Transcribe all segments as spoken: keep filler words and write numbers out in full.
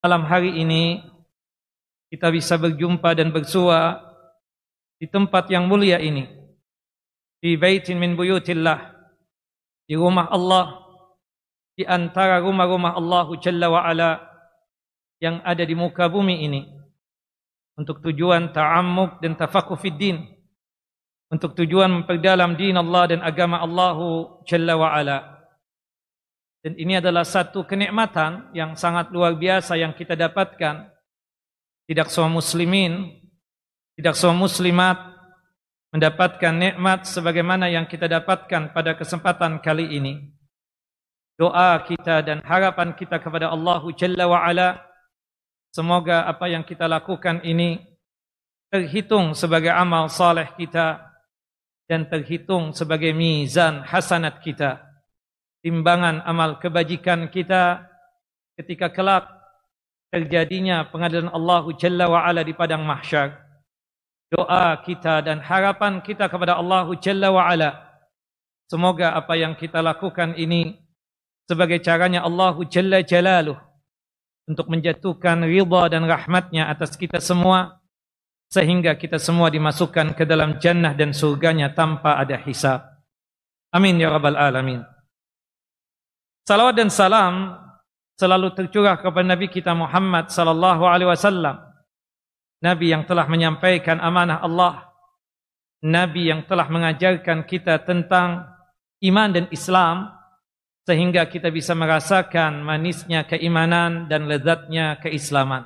Malam hari ini kita bisa berjumpa dan bersua di tempat yang mulia ini, di baitin min buyutillah, di rumah Allah, di antara rumah-rumah Allah Jalla wa Ala yang ada di muka bumi ini, untuk tujuan ta'ammuk dan tafaqquh fid din, untuk tujuan memperdalam din Allah dan agama Allah Jalla wa Ala. Dan ini adalah satu kenikmatan yang sangat luar biasa yang kita dapatkan. Tidak semua muslimin, tidak semua muslimat mendapatkan nikmat sebagaimana yang kita dapatkan pada kesempatan kali ini. Doa kita dan harapan kita kepada Allah Jalla wa Ala, semoga apa yang kita lakukan ini terhitung sebagai amal saleh kita dan terhitung sebagai mizan hasanat kita, timbangan amal kebajikan kita ketika kelak terjadinya pengadilan Allah Jalla wa Ala di padang mahsyar. Doa kita dan harapan kita kepada Allah Jalla wa Ala, semoga apa yang kita lakukan ini sebagai caranya Allah Jalla Jalaluh untuk menjatuhkan ridha dan rahmatnya atas kita semua, sehingga kita semua dimasukkan ke dalam jannah dan surganya tanpa ada hisab. Amin ya rabbal alamin. Salawat dan salam selalu tercurah kepada Nabi kita Muhammad sallallahu alaihi wasallam, Nabi yang telah menyampaikan amanah Allah, Nabi yang telah mengajarkan kita tentang iman dan Islam, sehingga kita bisa merasakan manisnya keimanan dan lezatnya keislaman.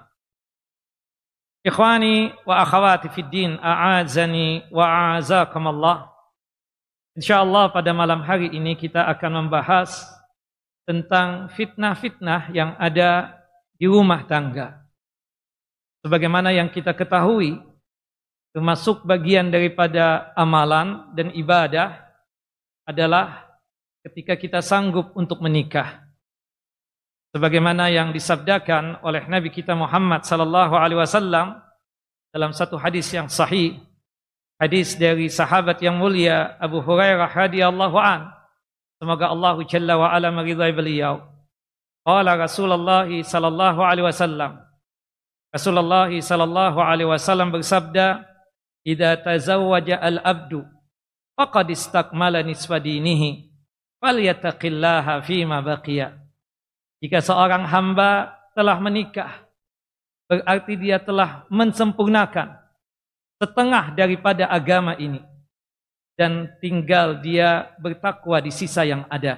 Ikhwani wa akhawati fid din, a'azani wa a'azakumullah. Insyaallah pada malam hari ini kita akan membahas tentang fitnah-fitnah yang ada di rumah tangga. Sebagaimana yang kita ketahui, termasuk bagian daripada amalan dan ibadah adalah ketika kita sanggup untuk menikah. Sebagaimana yang disabdakan oleh Nabi kita Muhammad sallallahu alaihi wasallam dalam satu hadis yang sahih, hadis dari sahabat yang mulia Abu Hurairah radhiyallahu an, semoga Allah Jalla wa Ala meridai beliau. Qala Rasulullah sallallahu alaihi wasallam, Rasulullah sallallahu alaihi wasallam bersabda, "Idza tazawwaja al-abdu faqad istakmala nisfa dinihi, falyattaqillaha fima baqiya." Jika seorang hamba telah menikah, berarti dia telah mensempurnakan setengah daripada agama ini, dan tinggal dia bertakwa di sisa yang ada.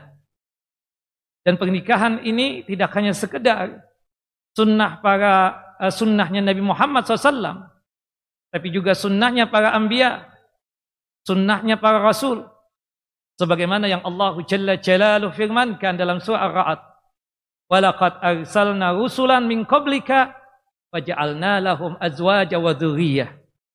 Dan pernikahan ini tidak hanya sekedar sunnah para uh, sunnahnya Nabi Muhammad shallallahu alaihi wasallam, tapi juga sunnahnya para anbiya, sunnahnya para rasul. Sebagaimana yang Allah Jalla Jalaluhu firmankan dalam surah Ar-Ra'd, "Walaqad arsalna rusulan min qablika waja'alna lahum azwaja wa dzurriyyah."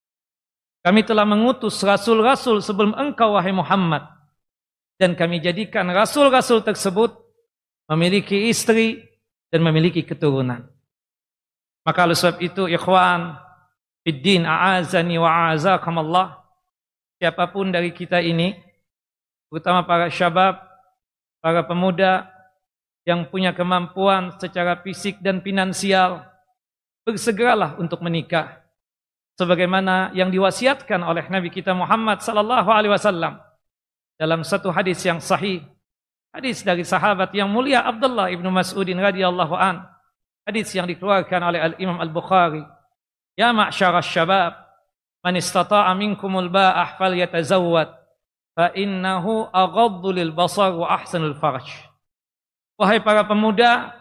Kami telah mengutus rasul-rasul sebelum engkau wahai Muhammad, dan kami jadikan rasul-rasul tersebut memiliki istri dan memiliki keturunan. Maka oleh sebab itu ikhwan fiddin, a'azani wa a'azakumullah, siapapun dari kita ini, terutama para syabab, para pemuda yang punya kemampuan secara fisik dan finansial, bersegeralah untuk menikah sebagaimana yang diwasiatkan oleh Nabi kita Muhammad sallallahu alaihi wasallam dalam satu hadis yang sahih, hadis dari sahabat yang mulia Abdullah ibnu Mas'udin radhiyallahu an, hadis yang dikeluarkan oleh Al-Imam Al-Bukhari. "Ya ma'syarasy syabab, man istata'a minkumul ba'ah falyatazawwad, fa innahu aghaddu lil basar wa ahsanul farj." Wahai para pemuda,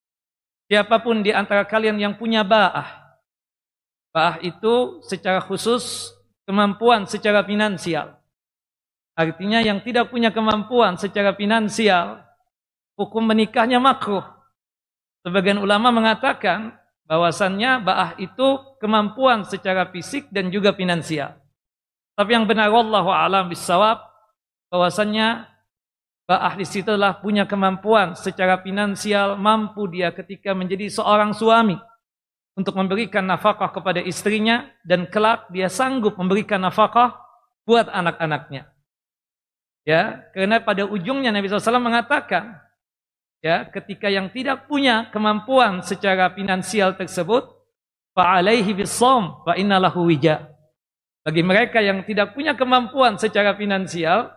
siapapun di antara kalian yang punya ba'ah, ba'ah itu secara khusus kemampuan secara finansial. Artinya yang tidak punya kemampuan secara finansial, hukum menikahnya makruh. Sebagian ulama mengatakan bahwasannya ba'ah itu kemampuan secara fisik dan juga finansial. Tapi yang benar wallahu a'lam bissawab, bahwasannya ba'ah di situ adalah punya kemampuan secara finansial, mampu dia ketika menjadi seorang suami untuk memberikan nafkah kepada istrinya, dan kelak dia sanggup memberikan nafkah buat anak-anaknya. Ya, karena pada ujungnya Nabi shallallahu alaihi wasallam mengatakan ya, ketika yang tidak punya kemampuan secara finansial tersebut, fa'alaihi bis-shaum fa inna lahu wija. Bagi mereka yang tidak punya kemampuan secara finansial,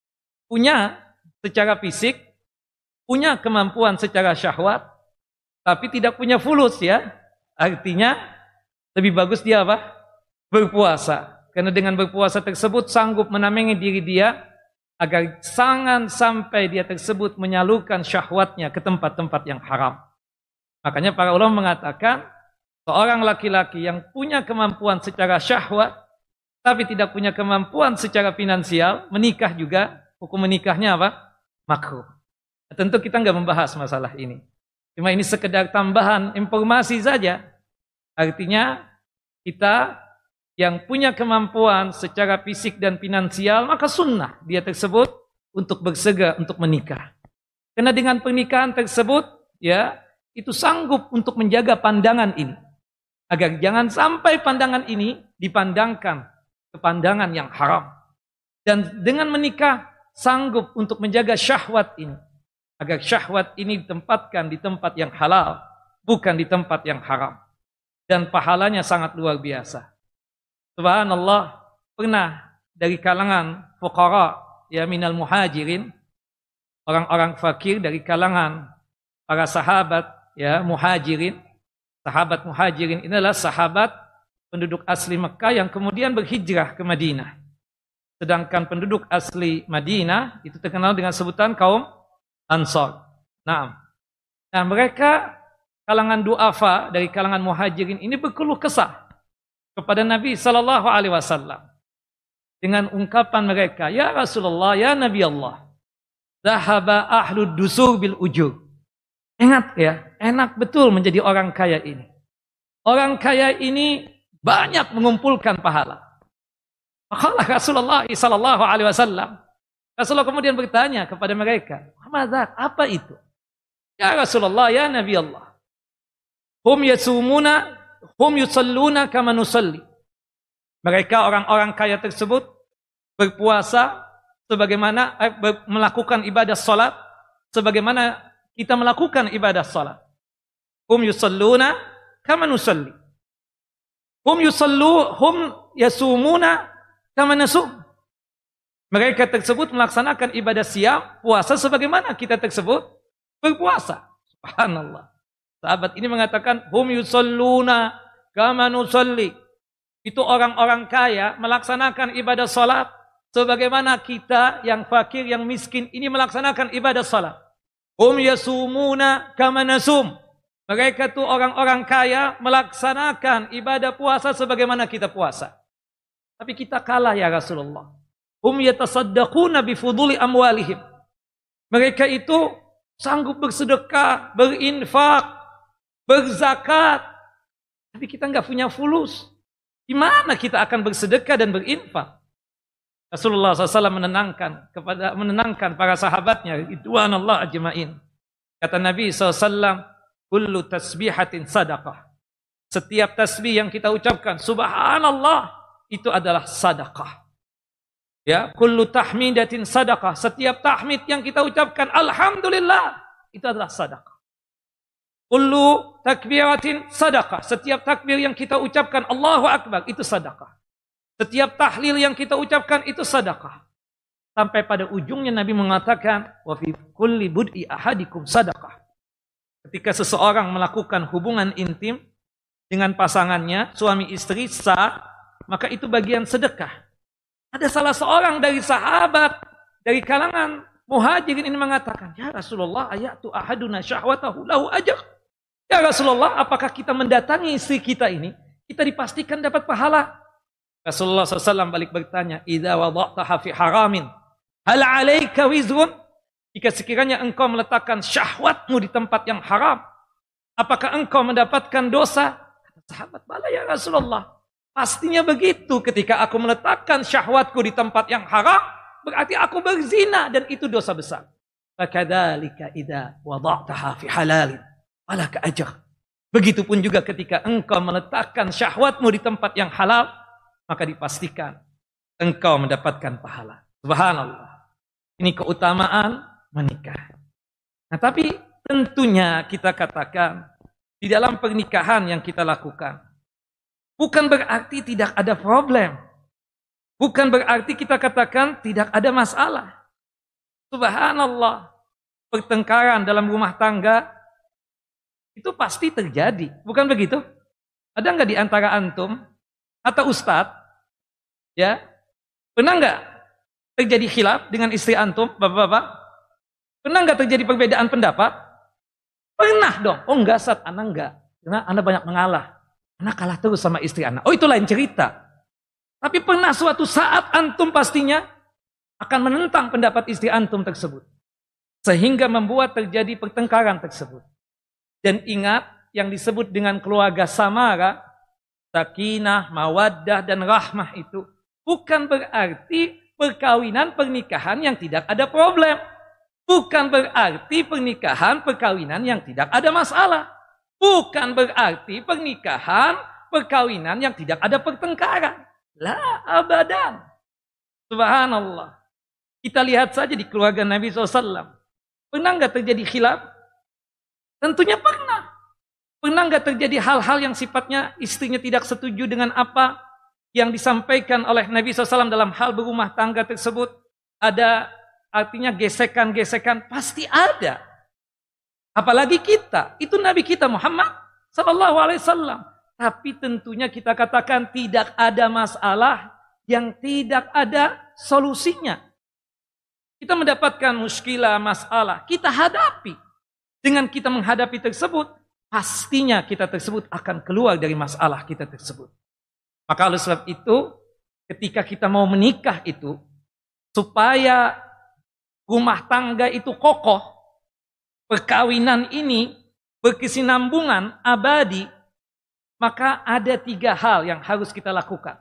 punya secara fisik, punya kemampuan secara syahwat, tapi tidak punya fulus ya. Artinya lebih bagus dia apa? Berpuasa. Karena dengan berpuasa tersebut sanggup menamengi diri dia agar jangan sampai dia tersebut menyalurkan syahwatnya ke tempat-tempat yang haram. Makanya para ulama mengatakan seorang laki-laki yang punya kemampuan secara syahwat tapi tidak punya kemampuan secara finansial, menikah juga, hukum menikahnya apa? Makruh. Tentu kita nggak membahas masalah ini. Cuma ini sekedar tambahan informasi saja. Artinya kita yang punya kemampuan secara fisik dan finansial, maka sunnah dia tersebut untuk bersegera untuk menikah. Karena dengan pernikahan tersebut, ya itu sanggup untuk menjaga pandangan ini. Agar jangan sampai pandangan ini dipandangkan ke pandangan yang haram. Dan dengan menikah sanggup untuk menjaga syahwat ini. Agar syahwat ini ditempatkan di tempat yang halal, bukan di tempat yang haram. Dan pahalanya sangat luar biasa. Subhanallah, pernah dari kalangan fuqara, ya minal muhajirin, orang-orang fakir dari kalangan para sahabat, ya muhajirin. Sahabat muhajirin ini adalah sahabat penduduk asli Mekah yang kemudian berhijrah ke Madinah. Sedangkan penduduk asli Madinah itu terkenal dengan sebutan kaum Ansar. Nah, nah mereka kalangan du'afa dari kalangan muhajirin ini berkeluh kesah kepada Nabi sallallahu alaihi wasallam dengan ungkapan mereka, "Ya Rasulullah, ya Nabi Allah, zahaba ahlud dusur bil ujur." Ingat ya, enak betul menjadi orang kaya ini. Orang kaya ini banyak mengumpulkan pahala. Maka Rasulullah sallallahu alaihi wasallam, Rasulullah kemudian bertanya kepada mereka, "Madzak, apa itu?" "Ya Rasulullah, ya Nabi Allah, hum yasumuna, hum yusalluna kama nusalli." Mereka orang-orang kaya tersebut berpuasa sebagaimana eh, ber, melakukan ibadah salat sebagaimana kita melakukan ibadah salat. Hum yusalluna kama nusalli. Hum yusallu, hum yasumuna kama nasum. Mereka tersebut melaksanakan ibadah siam, puasa sebagaimana kita tersebut berpuasa. Subhanallah. Sahabat ini mengatakan, hum yusalluna kama nusalli. Itu orang-orang kaya melaksanakan ibadah salat sebagaimana kita yang fakir, yang miskin ini melaksanakan ibadah salat. Hum yasumuna kama nasum. Mereka itu orang-orang kaya melaksanakan ibadah puasa sebagaimana kita puasa. Tapi kita kalah ya Rasulullah. Hum yatasaddaquna bifuduli amwalihim. Mereka itu sanggup bersedekah, berinfak, berzakat. Tapi kita enggak punya fulus. Gimana kita akan bersedekah dan berinfak? Rasulullah shallallahu alaihi wasallam menenangkan kepada menenangkan para sahabatnya, ridwanullah ajma'in. Kata Nabi shallallahu alaihi wasallam, kullu tasbihatin sadaqah. Setiap tasbih yang kita ucapkan, subhanallah, itu adalah sadaqah. Ya, kullu tahmidatin sadaqah. Setiap tahmid yang kita ucapkan, alhamdulillah, itu adalah sadaqah. Kullu takbiratin sadaqah. Setiap takbir yang kita ucapkan, Allahu Akbar, itu sadaqah. Setiap tahlil yang kita ucapkan, itu sadaqah. Sampai pada ujungnya Nabi mengatakan, wa fi kulli bud'i ahadikum sadaqah. Ketika seseorang melakukan hubungan intim dengan pasangannya, suami istri sah, maka itu bagian sedekah. Ada salah seorang dari sahabat, dari kalangan muhajirin ini mengatakan, ya Rasulullah, ayatu ahaduna syahwatahu lahu ajr. Ya Rasulullah, apakah kita mendatangi istri kita ini, kita dipastikan dapat pahala? Rasulullah shallallahu alaihi wasallam balik bertanya, idza wada'taha fi haramin, hal alaika wizrun? Jika sekiranya engkau meletakkan syahwatmu di tempat yang haram, apakah engkau mendapatkan dosa? Kata sahabat, bala ya Rasulullah. Pastinya begitu, ketika aku meletakkan syahwatku di tempat yang haram, berarti aku berzina dan itu dosa besar. Fakadzalika idza wada'taha fi halalin, falaka ajr. Begitupun juga ketika engkau meletakkan syahwatmu di tempat yang halal, maka dipastikan engkau mendapatkan pahala. Subhanallah. Ini keutamaan menikah. Nah, tapi tentunya kita katakan di dalam pernikahan yang kita lakukan, bukan berarti tidak ada problem. Bukan berarti kita katakan tidak ada masalah. Subhanallah, pertengkaran dalam rumah tangga itu pasti terjadi. Bukan begitu? Ada nggak di antara antum atau ustadz, ya, pernah nggak terjadi khilaf dengan istri antum, bapak-bapak? Pernah nggak terjadi perbedaan pendapat? Pernah dong. Oh enggak, Ustaz, anak enggak. Karena anak banyak mengalah. Anak kalah terus sama istri anak. Oh itu lain cerita. Tapi pernah suatu saat antum pastinya akan menentang pendapat istri antum tersebut. Sehingga membuat terjadi pertengkaran tersebut. Dan ingat yang disebut dengan keluarga samara, sakinah, mawaddah, dan rahmah itu bukan berarti perkawinan pernikahan yang tidak ada problem. Bukan berarti pernikahan perkawinan yang tidak ada masalah. Bukan berarti pernikahan perkawinan yang tidak ada pertengkaran. La abadan. Subhanallah. Kita lihat saja di keluarga Nabi shallallahu alaihi wasallam. Pernah nggak terjadi khilaf? Tentunya pernah. Pernah nggak terjadi hal-hal yang sifatnya istrinya tidak setuju dengan apa yang disampaikan oleh Nabi shallallahu alaihi wasallam dalam hal berumah tangga tersebut? Ada artinya gesekan-gesekan pasti ada. Apalagi kita, itu Nabi kita Muhammad sallallahu alaihi wasallam. Tapi tentunya kita katakan tidak ada masalah yang tidak ada solusinya. Kita mendapatkan muskilah, masalah, kita hadapi. Dengan kita menghadapi tersebut, pastinya kita tersebut akan keluar dari masalah kita tersebut. Maka oleh sebab itu, ketika kita mau menikah itu, supaya rumah tangga itu kokoh, perkawinan ini berkesinambungan abadi, maka ada tiga hal yang harus kita lakukan.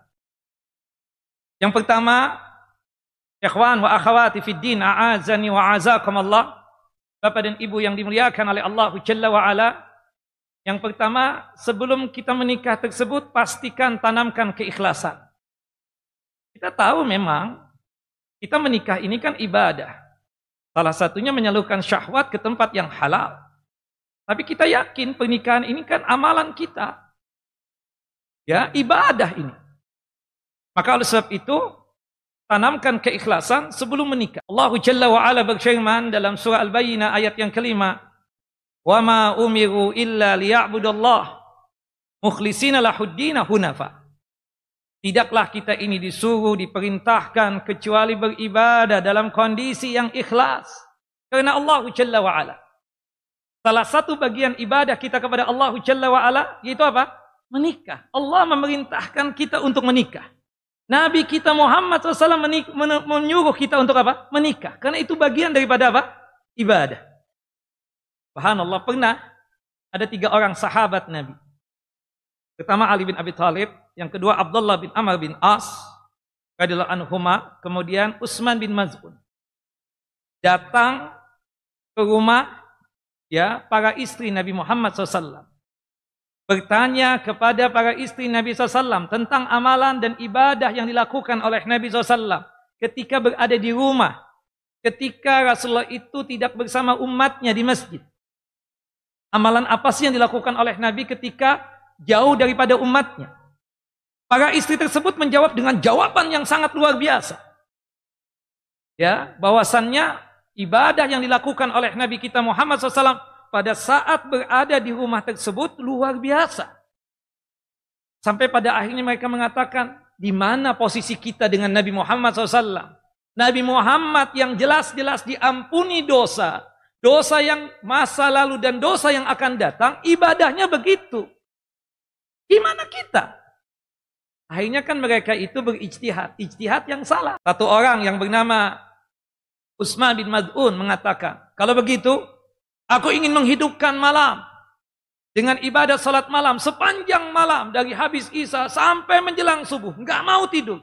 Yang pertama, ikhwan wa akhawati fid din, a'azani wa a'azakumullah, Bapak dan Ibu yang dimuliakan oleh Allah Jalla wa Ala. Yang pertama, sebelum kita menikah tersebut, pastikan tanamkan keikhlasan. Kita tahu memang, kita menikah ini kan ibadah. Salah satunya menyalurkan syahwat ke tempat yang halal. Tapi kita yakin pernikahan ini kan amalan kita. Ya, ibadah ini. Maka oleh sebab itu, tanamkan keikhlasan sebelum menikah. Allah Jalla wa Ala berfirman dalam surah Al-Bayyinah ayat yang kelima, "Wa ma umiru illa liya'budallah mukhlishina lahuddina hunafa." Tidaklah kita ini disuruh, diperintahkan kecuali beribadah dalam kondisi yang ikhlas. Karena Allah Jalla wa Ala. Salah satu bagian ibadah kita kepada Allah Jalla wa Ala, yaitu apa? Menikah. Allah memerintahkan kita untuk menikah. Nabi kita Muhammad shallallahu alaihi wasallam menyuruh kita untuk apa? Menikah. Karena itu bagian daripada apa? Ibadah. Subhanallah, pernah ada tiga orang sahabat Nabi. Pertama Ali bin Abi Thalib, yang kedua Abdullah bin Amr bin As radhiyallahu anhuma, kemudian Utsman bin Maz'un. Datang ke rumah ya para istri Nabi Muhammad shallallahu alaihi wasallam. Bertanya kepada para istri Nabi shallallahu alaihi wasallam tentang amalan dan ibadah yang dilakukan oleh Nabi shallallahu alaihi wasallam ketika berada di rumah, ketika Rasulullah itu tidak bersama umatnya di masjid. Amalan apa sih yang dilakukan oleh Nabi ketika jauh daripada umatnya? Para istri tersebut menjawab dengan jawaban yang sangat luar biasa. Ya, bahwasannya ibadah yang dilakukan oleh Nabi kita Muhammad shallallahu alaihi wasallam pada saat berada di rumah tersebut luar biasa. Sampai pada akhirnya mereka mengatakan, di mana posisi kita dengan Nabi Muhammad shallallahu alaihi wasallam? Nabi Muhammad yang jelas-jelas diampuni dosa. Dosa yang masa lalu dan dosa yang akan datang, ibadahnya begitu. Gimana kita? Akhirnya kan mereka itu berijtihad. Ijtihad yang salah. Satu orang yang bernama Utsman bin Maz'un mengatakan, kalau begitu, aku ingin menghidupkan malam dengan ibadah salat malam sepanjang malam dari habis Isya sampai menjelang subuh, enggak mau tidur.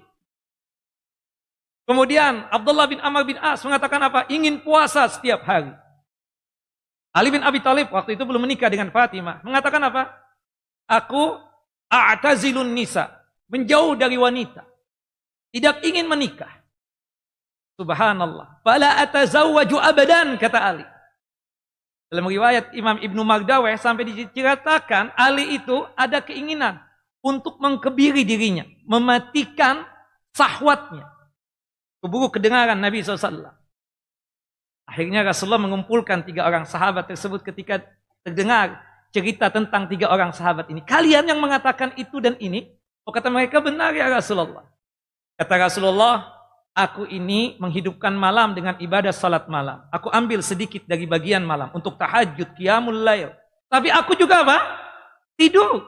Kemudian Abdullah bin Amr bin As mengatakan apa? Ingin puasa setiap hari. Ali bin Abi Thalib waktu itu belum menikah dengan Fatimah, mengatakan apa? Aku a'tazilun nisa, menjauh dari wanita, tidak ingin menikah. Subhanallah. Fala atazawwaju abadan, kata Ali. Dalam riwayat Imam Ibnu Mardaweh sampai diceritakan Ali itu ada keinginan untuk mengkebiri dirinya, mematikan sahwatnya. Keburu kedengaran Nabi shallallahu alaihi wasallam. Akhirnya Rasulullah mengumpulkan tiga orang sahabat tersebut ketika terdengar cerita tentang tiga orang sahabat ini. Kalian yang mengatakan itu dan ini? Oh, kata mereka, benar ya Rasulullah. Kata Rasulullah, aku ini menghidupkan malam dengan ibadah salat malam. Aku ambil sedikit dari bagian malam untuk tahajud, qiyamul lail. Tapi aku juga apa? Tidur.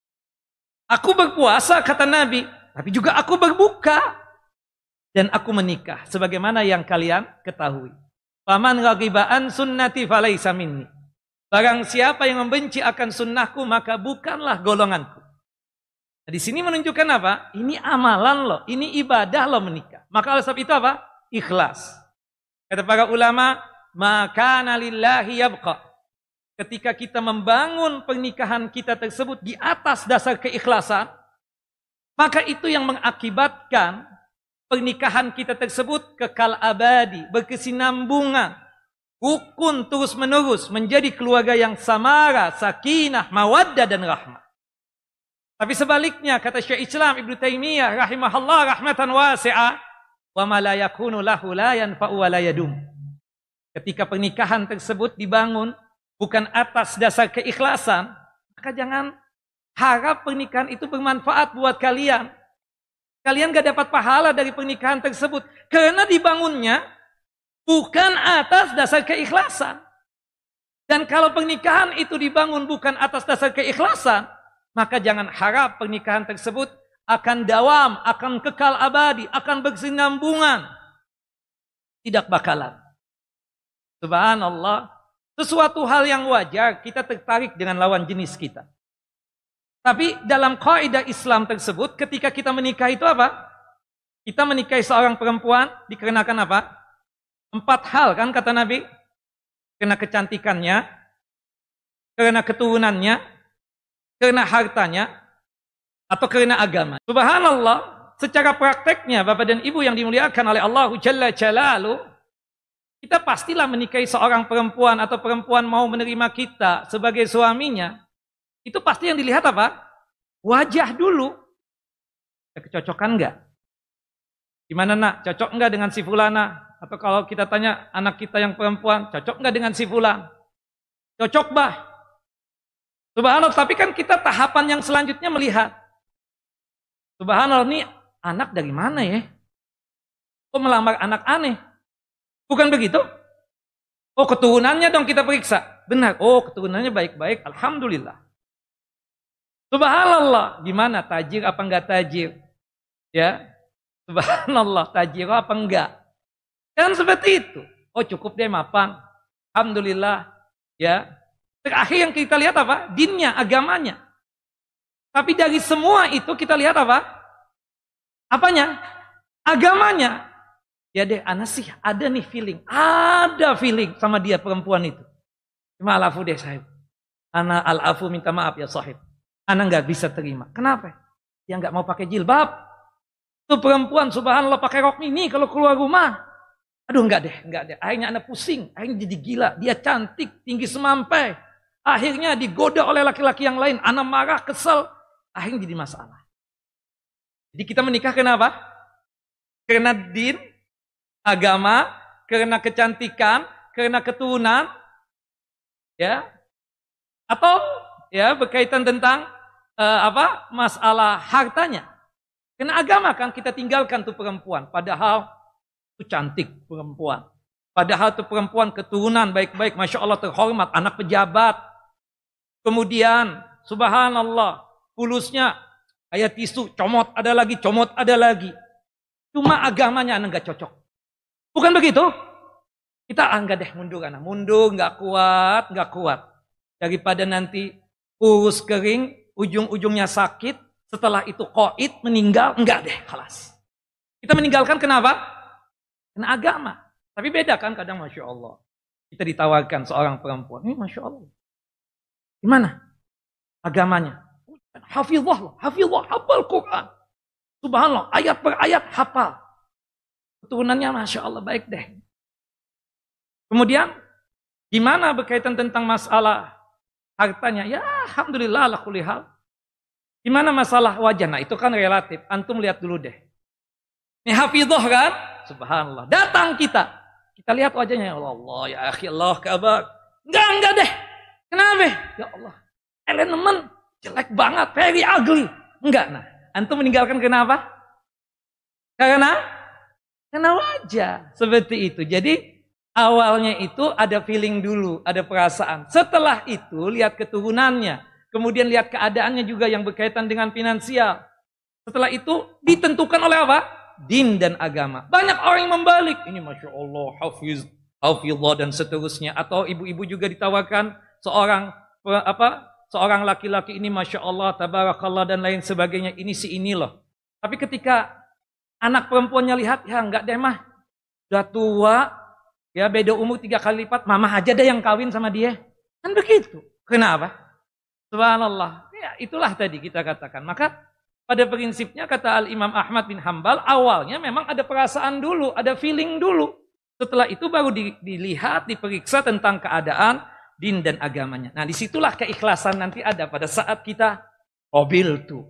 Aku berpuasa, kata Nabi. Tapi juga aku berbuka. Dan aku menikah. Sebagaimana yang kalian ketahui. Faman raghiba an sunnati falaysa minni. Barang siapa yang membenci akan sunnahku, maka bukanlah golonganku. Nah, di sini menunjukkan apa? Ini amalan loh, ini ibadah loh menikah. Maka oleh sebab itu apa? Ikhlas. Kata para ulama, maka lillahi yabqa. Ketika kita membangun pernikahan kita tersebut di atas dasar keikhlasan, maka itu yang mengakibatkan pernikahan kita tersebut kekal abadi, berkesinambungan, rukun terus menerus, menjadi keluarga yang samara, sakinah, mawaddah dan rahmah. Tapi sebaliknya kata Syekh Islam Ibnu Taimiyah rahimahullah rahmatan wasi'ah, wa ma la yakunu lahu la yanfa'u wa la yadum. Ketika pernikahan tersebut dibangun bukan atas dasar keikhlasan, maka jangan harap pernikahan itu bermanfaat buat kalian. Kalian gak dapat pahala dari pernikahan tersebut. Karena dibangunnya bukan atas dasar keikhlasan. Dan kalau pernikahan itu dibangun bukan atas dasar keikhlasan, maka jangan harap pernikahan tersebut akan dawam, akan kekal abadi, akan bersinambungan. Tidak bakalan. Subhanallah. Sesuatu hal yang wajar kita tertarik dengan lawan jenis kita. Tapi dalam kaidah Islam tersebut, ketika kita menikah itu apa? Kita menikahi seorang perempuan dikarenakan apa? Empat hal kan kata Nabi. Karena kecantikannya, karena keturunannya, karena hartanya, atau karena agama. Subhanallah, secara prakteknya Bapak dan Ibu yang dimuliakan oleh Allah Jalla Jalaluh, kita pastilah menikahi seorang perempuan atau perempuan mau menerima kita sebagai suaminya. Itu pasti yang dilihat apa? Wajah dulu. Kecocokan enggak? Gimana nak? Cocok enggak dengan si fulana? Atau kalau kita tanya anak kita yang perempuan, cocok enggak dengan si fulan? Cocok bah. Subhanallah, tapi kan kita tahapan yang selanjutnya melihat. Subhanallah, ini anak dari mana ya? Kok melamar anak aneh? Bukan begitu? Oh, keturunannya dong kita periksa. Benar. Oh, keturunannya baik-baik. Alhamdulillah. Subhanallah, gimana tajir apa enggak tajir? Ya, subhanallah, tajir apa enggak? Kan seperti itu. Oh cukup deh mapan. Alhamdulillah, ya. Terakhir yang kita lihat apa? Dinnya, agamanya. Tapi dari semua itu kita lihat apa? Apanya? Agamanya. Ya deh, ana sih ada nih feeling, ada feeling sama dia perempuan itu. Cuma alafu deh sahib. Ana alafu minta maaf ya sahib. Ana nggak bisa terima. Kenapa? Dia nggak mau pakai jilbab. Tuh perempuan subhanallah pakai rok mini kalau keluar rumah. Aduh nggak deh, nggak deh. Akhirnya ana pusing. Akhirnya jadi gila. Dia cantik, tinggi semampai. Akhirnya digoda oleh laki-laki yang lain. Ana marah, kesel. Akhirnya jadi masalah. Jadi kita menikah kenapa? Karena din, agama, karena kecantikan, karena keturunan, ya, atau ya berkaitan tentang uh, apa masalah hartanya. Karena agama kan kita tinggalkan tuh perempuan, padahal itu cantik perempuan, padahal tuh perempuan keturunan baik-baik, masya Allah terhormat, anak pejabat. Kemudian, subhanallah, pulusnya kayak tisu, comot ada lagi, comot ada lagi. Cuma agamanya anak nggak cocok. Bukan begitu? Kita ah, enggak deh mundur anak, mundur nggak kuat, nggak kuat. Daripada nanti urus kering, ujung-ujungnya sakit, setelah itu koid meninggal, enggak deh, kelas. Kita meninggalkan kenapa? Karena agama. Tapi beda kan kadang masya Allah. Kita ditawarkan seorang perempuan, ini masya Allah. Gimana? Agamanya. Hafizah, hafizah, hafal Quran. Subhanallah, ayat per ayat hafal. Keturunannya masya Allah baik deh. Kemudian Gimana berkaitan tentang masalah hartanya? Ya alhamdulillah ala kulli hal. Gimana masalah wajah? Nah itu kan relatif. Antum lihat dulu deh. Ini hafidhah kan? Subhanallah. Datang kita. Kita lihat wajahnya. Ya Allah, ya akhi Allah kabar. Enggak, enggak deh. Kenapa? Ya Allah. Elemen jelek banget. Very ugly. Enggak. Nah, antum meninggalkan kenapa? Karena? Karena wajah. Seperti itu. Jadi awalnya itu ada feeling dulu. Ada perasaan. Setelah itu lihat keturunannya. Kemudian lihat keadaannya juga yang berkaitan dengan finansial. Setelah itu ditentukan oleh apa? Din dan agama. Banyak orang yang membalik. Ini Masya Allah, Hafiz, Hafizah dan seterusnya. Atau ibu-ibu juga ditawarkan seorang apa? Seorang laki-laki ini Masya Allah, Tabarakallah dan lain sebagainya. Ini si ini loh. Tapi ketika anak perempuannya lihat, ya enggak deh mah. Udah tua, ya beda umur tiga kali lipat. Mama aja deh yang kawin sama dia. Kan begitu. Kenapa? Subhanallah. Ya itulah tadi kita katakan. Maka pada prinsipnya kata Al-Imam Ahmad bin Hambal, awalnya memang ada perasaan dulu, ada feeling dulu. Setelah itu baru di, dilihat, diperiksa tentang keadaan, din dan agamanya. Nah disitulah keikhlasan nanti ada pada saat kita qabiltu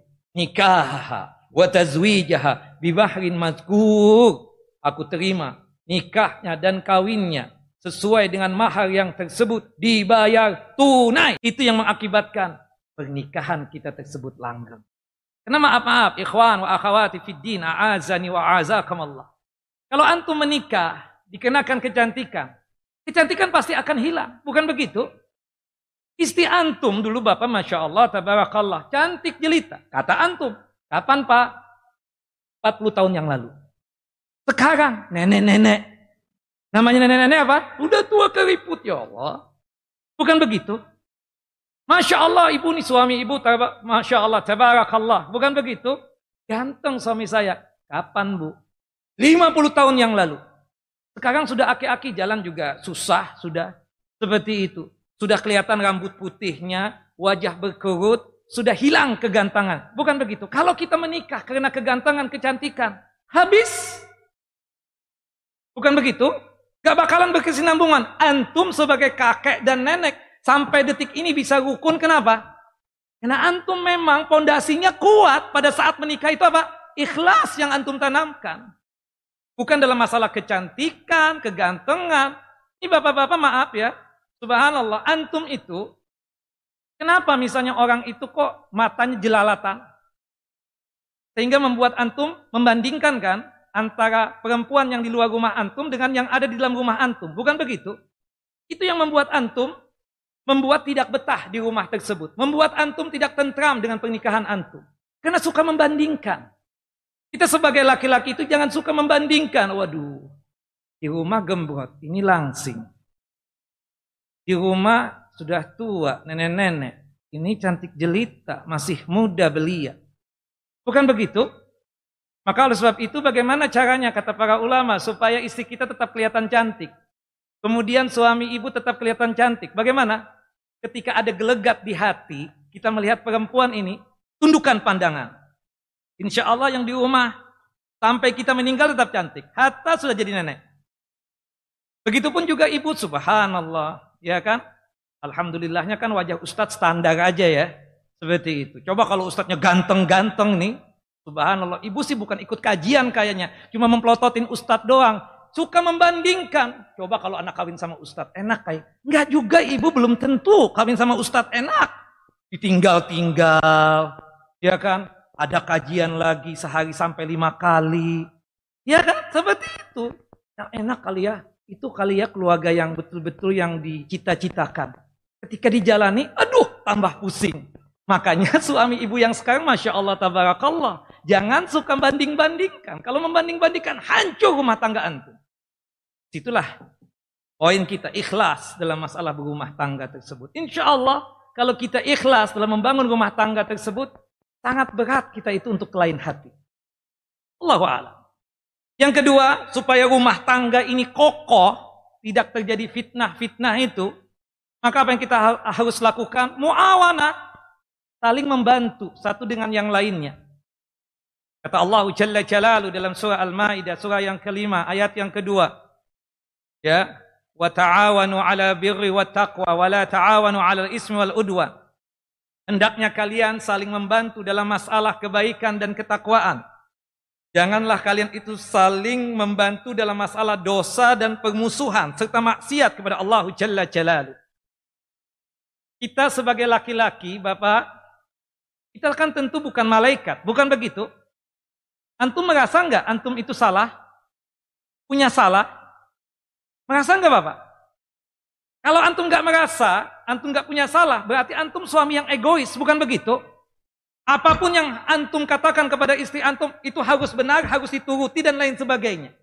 nikah wa tazwijaha bi bahrin mazkur. Aku terima nikahnya dan kawinnya sesuai dengan mahar yang tersebut dibayar tunai. Itu yang mengakibatkan pernikahan kita tersebut langgeng. Karena maaf-maaf, ikhwan wa akhawati fid din, a'azani wa a'azakumullah. Kalau antum menikah, dikenakan kecantikan, kecantikan pasti akan hilang. Bukan begitu? Istri antum dulu Bapak, Masya Allah, Tabarakallah, cantik jelita. Kata antum, kapan Pak? empat puluh tahun yang lalu. Sekarang, nenek-nenek. Namanya nenek-nenek apa? Udah tua keriput, ya Allah. Bukan begitu? Masya Allah ibu nih suami ibu, Masya Allah, Tabarakallah. Bukan begitu? Ganteng suami saya. Kapan Bu? lima puluh tahun yang lalu. Sekarang sudah aki-aki jalan juga susah, sudah seperti itu. Sudah kelihatan rambut putihnya, wajah berkerut, sudah hilang kegantengan. Bukan begitu? Kalau kita menikah karena kegantengan, kecantikan, habis. Bukan begitu? Gak bakalan berkesinambungan. Antum sebagai kakek dan nenek, sampai detik ini bisa rukun, kenapa? Karena antum memang pondasinya kuat pada saat menikah itu apa? Ikhlas yang antum tanamkan. Bukan dalam masalah kecantikan, kegantengan. Ini bapak-bapak maaf ya. Subhanallah, antum itu, kenapa misalnya orang itu kok matanya jelalatan? Sehingga membuat antum membandingkan kan, antara perempuan yang di luar rumah antum dengan yang ada di dalam rumah antum. Bukan begitu? Itu yang membuat antum membuat tidak betah di rumah tersebut. Membuat antum tidak tentram dengan pernikahan antum. Karena suka membandingkan. Kita sebagai laki-laki itu jangan suka membandingkan. Waduh, di rumah gembrot, ini langsing. Di rumah sudah tua, nenek-nenek. Ini cantik jelita, masih muda belia. Bukan begitu? Maka oleh sebab itu bagaimana caranya kata para ulama supaya istri kita tetap kelihatan cantik. Kemudian suami ibu tetap kelihatan cantik. Bagaimana? Ketika ada gelegat di hati, kita melihat perempuan ini, tundukkan pandangan. Insya Allah yang di rumah, sampai kita meninggal tetap cantik. Hatta sudah jadi nenek. Begitupun juga ibu, subhanallah. Ya kan? Alhamdulillahnya kan wajah ustadz standar aja ya. Seperti itu. Coba kalau ustadznya ganteng-ganteng nih, subhanallah. Ibu sih bukan ikut kajian kayaknya. Cuma memplototin ustadz doang. Suka membandingkan. Coba kalau anak kawin sama ustadz enak kayak. Enggak juga ibu belum tentu kawin sama ustadz enak. Ditinggal-tinggal. Ya kan? Ada kajian lagi sehari sampai lima kali. Ya kan? Seperti itu. Yang enak kali ya. Itu kali ya keluarga yang betul-betul yang dicita-citakan. Ketika dijalani, aduh tambah pusing. Makanya suami ibu yang sekarang Masya Allah Tabarakallah. Jangan suka banding-bandingkan. Kalau membanding-bandingkan hancur rumah tangga antum. Itulah poin kita ikhlas dalam masalah berumah tangga tersebut. Insya Allah kalau kita ikhlas dalam membangun rumah tangga tersebut, sangat berat kita itu untuk lain hati. Allahu a'lam. Yang kedua, supaya rumah tangga ini kokoh, tidak terjadi fitnah-fitnah itu, maka apa yang kita harus lakukan? Mu'awanah, saling membantu satu dengan yang lainnya. Kata Allah Jalla Jalaluhu dalam surah Al-Maidah, surah yang kelima, ayat yang kedua. Ya, wa ta'awanu 'ala birri wat taqwa wa la ta'awanu 'alal ismi wal udwan. Hendaknya kalian saling membantu dalam masalah kebaikan dan ketakwaan. Janganlah kalian itu saling membantu dalam masalah dosa dan permusuhan serta maksiat kepada Allah Jalla Jalaluhu. Kita sebagai laki-laki, Bapak, kita kan tentu bukan malaikat, bukan begitu? Antum merasa enggak antum itu salah? Punya salah? Merasa enggak, Bapak? Kalau antum enggak merasa, antum enggak punya salah, berarti antum suami yang egois, bukan begitu? Apapun yang antum katakan kepada istri antum, itu harus benar, harus dituruti dan lain sebagainya.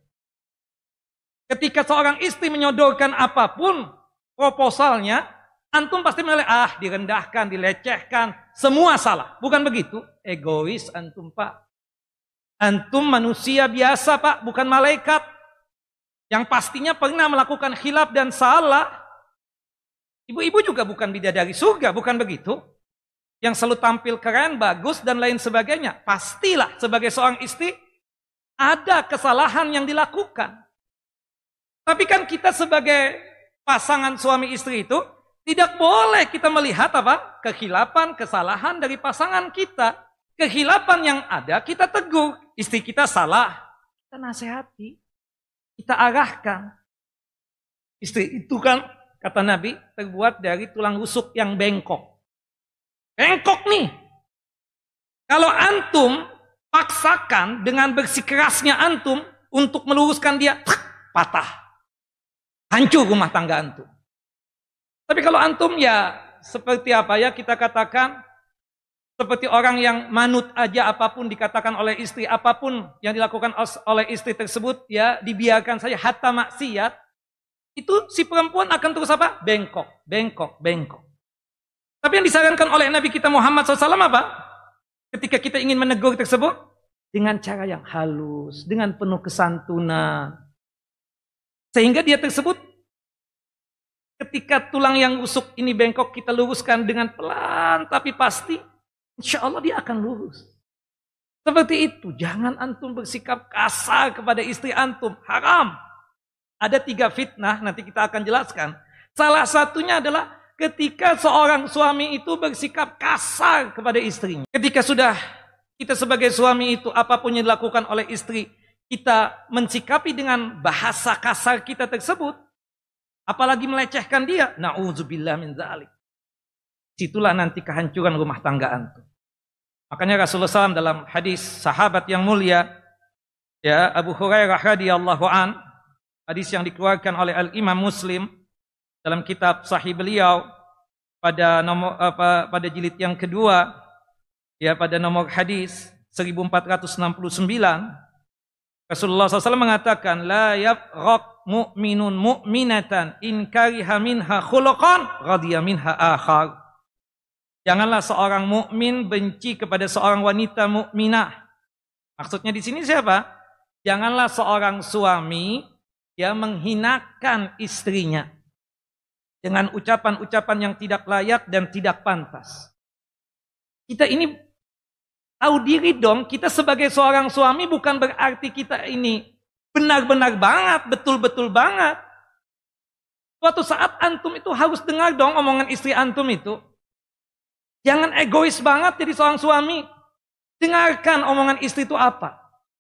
Ketika seorang istri menyodorkan apapun proposalnya, antum pasti menilai, ah direndahkan, dilecehkan, semua salah. Bukan begitu? Egois antum, Pak. Antum manusia biasa, Pak, bukan malaikat. Yang pastinya pernah melakukan khilaf dan salah. Ibu-ibu juga bukan bidadari surga, bukan begitu? Yang selalu tampil keren, bagus, dan lain sebagainya. Pastilah sebagai seorang istri, ada kesalahan yang dilakukan. Tapi kan kita sebagai pasangan suami istri itu, tidak boleh kita melihat apa? Kekhilapan, kesalahan dari pasangan kita. Kekhilapan yang ada, kita tegur. Istri kita salah, kita nasihati. Kita arahkan. Istri itu kan, kata Nabi, terbuat dari tulang rusuk yang bengkok. Bengkok nih. Kalau antum paksakan dengan bersikeras antum untuk meluruskan dia, patah. Hancur rumah tangga antum. Tapi kalau antum ya seperti apa ya kita katakan, seperti orang yang manut aja apapun dikatakan oleh istri, apapun yang dilakukan oleh istri tersebut ya dibiarkan saja hatta maksiat, itu si perempuan akan terus apa? Bengkok, bengkok, bengkok. Tapi yang disarankan oleh Nabi kita Muhammad shallallahu alaihi wasallam apa? Ketika kita ingin menegur tersebut, dengan cara yang halus, dengan penuh kesantunan. Sehingga dia tersebut, ketika tulang yang rusuk ini bengkok, kita luruskan dengan pelan, tapi pasti, insya Allah dia akan lurus. Seperti itu, jangan antum bersikap kasar kepada istri antum, haram. Ada tiga fitnah, nanti kita akan jelaskan. Salah satunya adalah ketika seorang suami itu bersikap kasar kepada istrinya. Ketika sudah kita sebagai suami itu, apapun yang dilakukan oleh istri, kita mensikapi dengan bahasa kasar kita tersebut, apalagi melecehkan dia, na'udzubillah min dzalik. Situlah nanti kehancuran rumah tangga antum. Makanya Rasulullah shallallahu alaihi wasallam dalam hadis sahabat yang mulia, ya Abu Hurairah radhiyallahu an, hadis yang dikeluarkan oleh Al-Imam Muslim dalam kitab Sahih beliau pada nomor apa, pada jilid yang kedua, ya pada nomor hadis seribu empat ratus enam puluh sembilan, Rasulullah shallallahu alaihi wasallam mengatakan, la yafraq mu'minun mu'minatan in kariha minha khuluqan radiya minha akhar. Janganlah seorang mukmin benci kepada seorang wanita mukminah. Maksudnya di sini siapa? Janganlah seorang suami yang menghinakan istrinya dengan ucapan-ucapan yang tidak layak dan tidak pantas. Kita ini tahu diri dong, kita sebagai seorang suami bukan berarti kita ini benar-benar banget, betul-betul banget. Suatu saat antum itu harus dengar dong omongan istri antum itu. Jangan egois banget jadi seorang suami. Dengarkan omongan istri itu apa.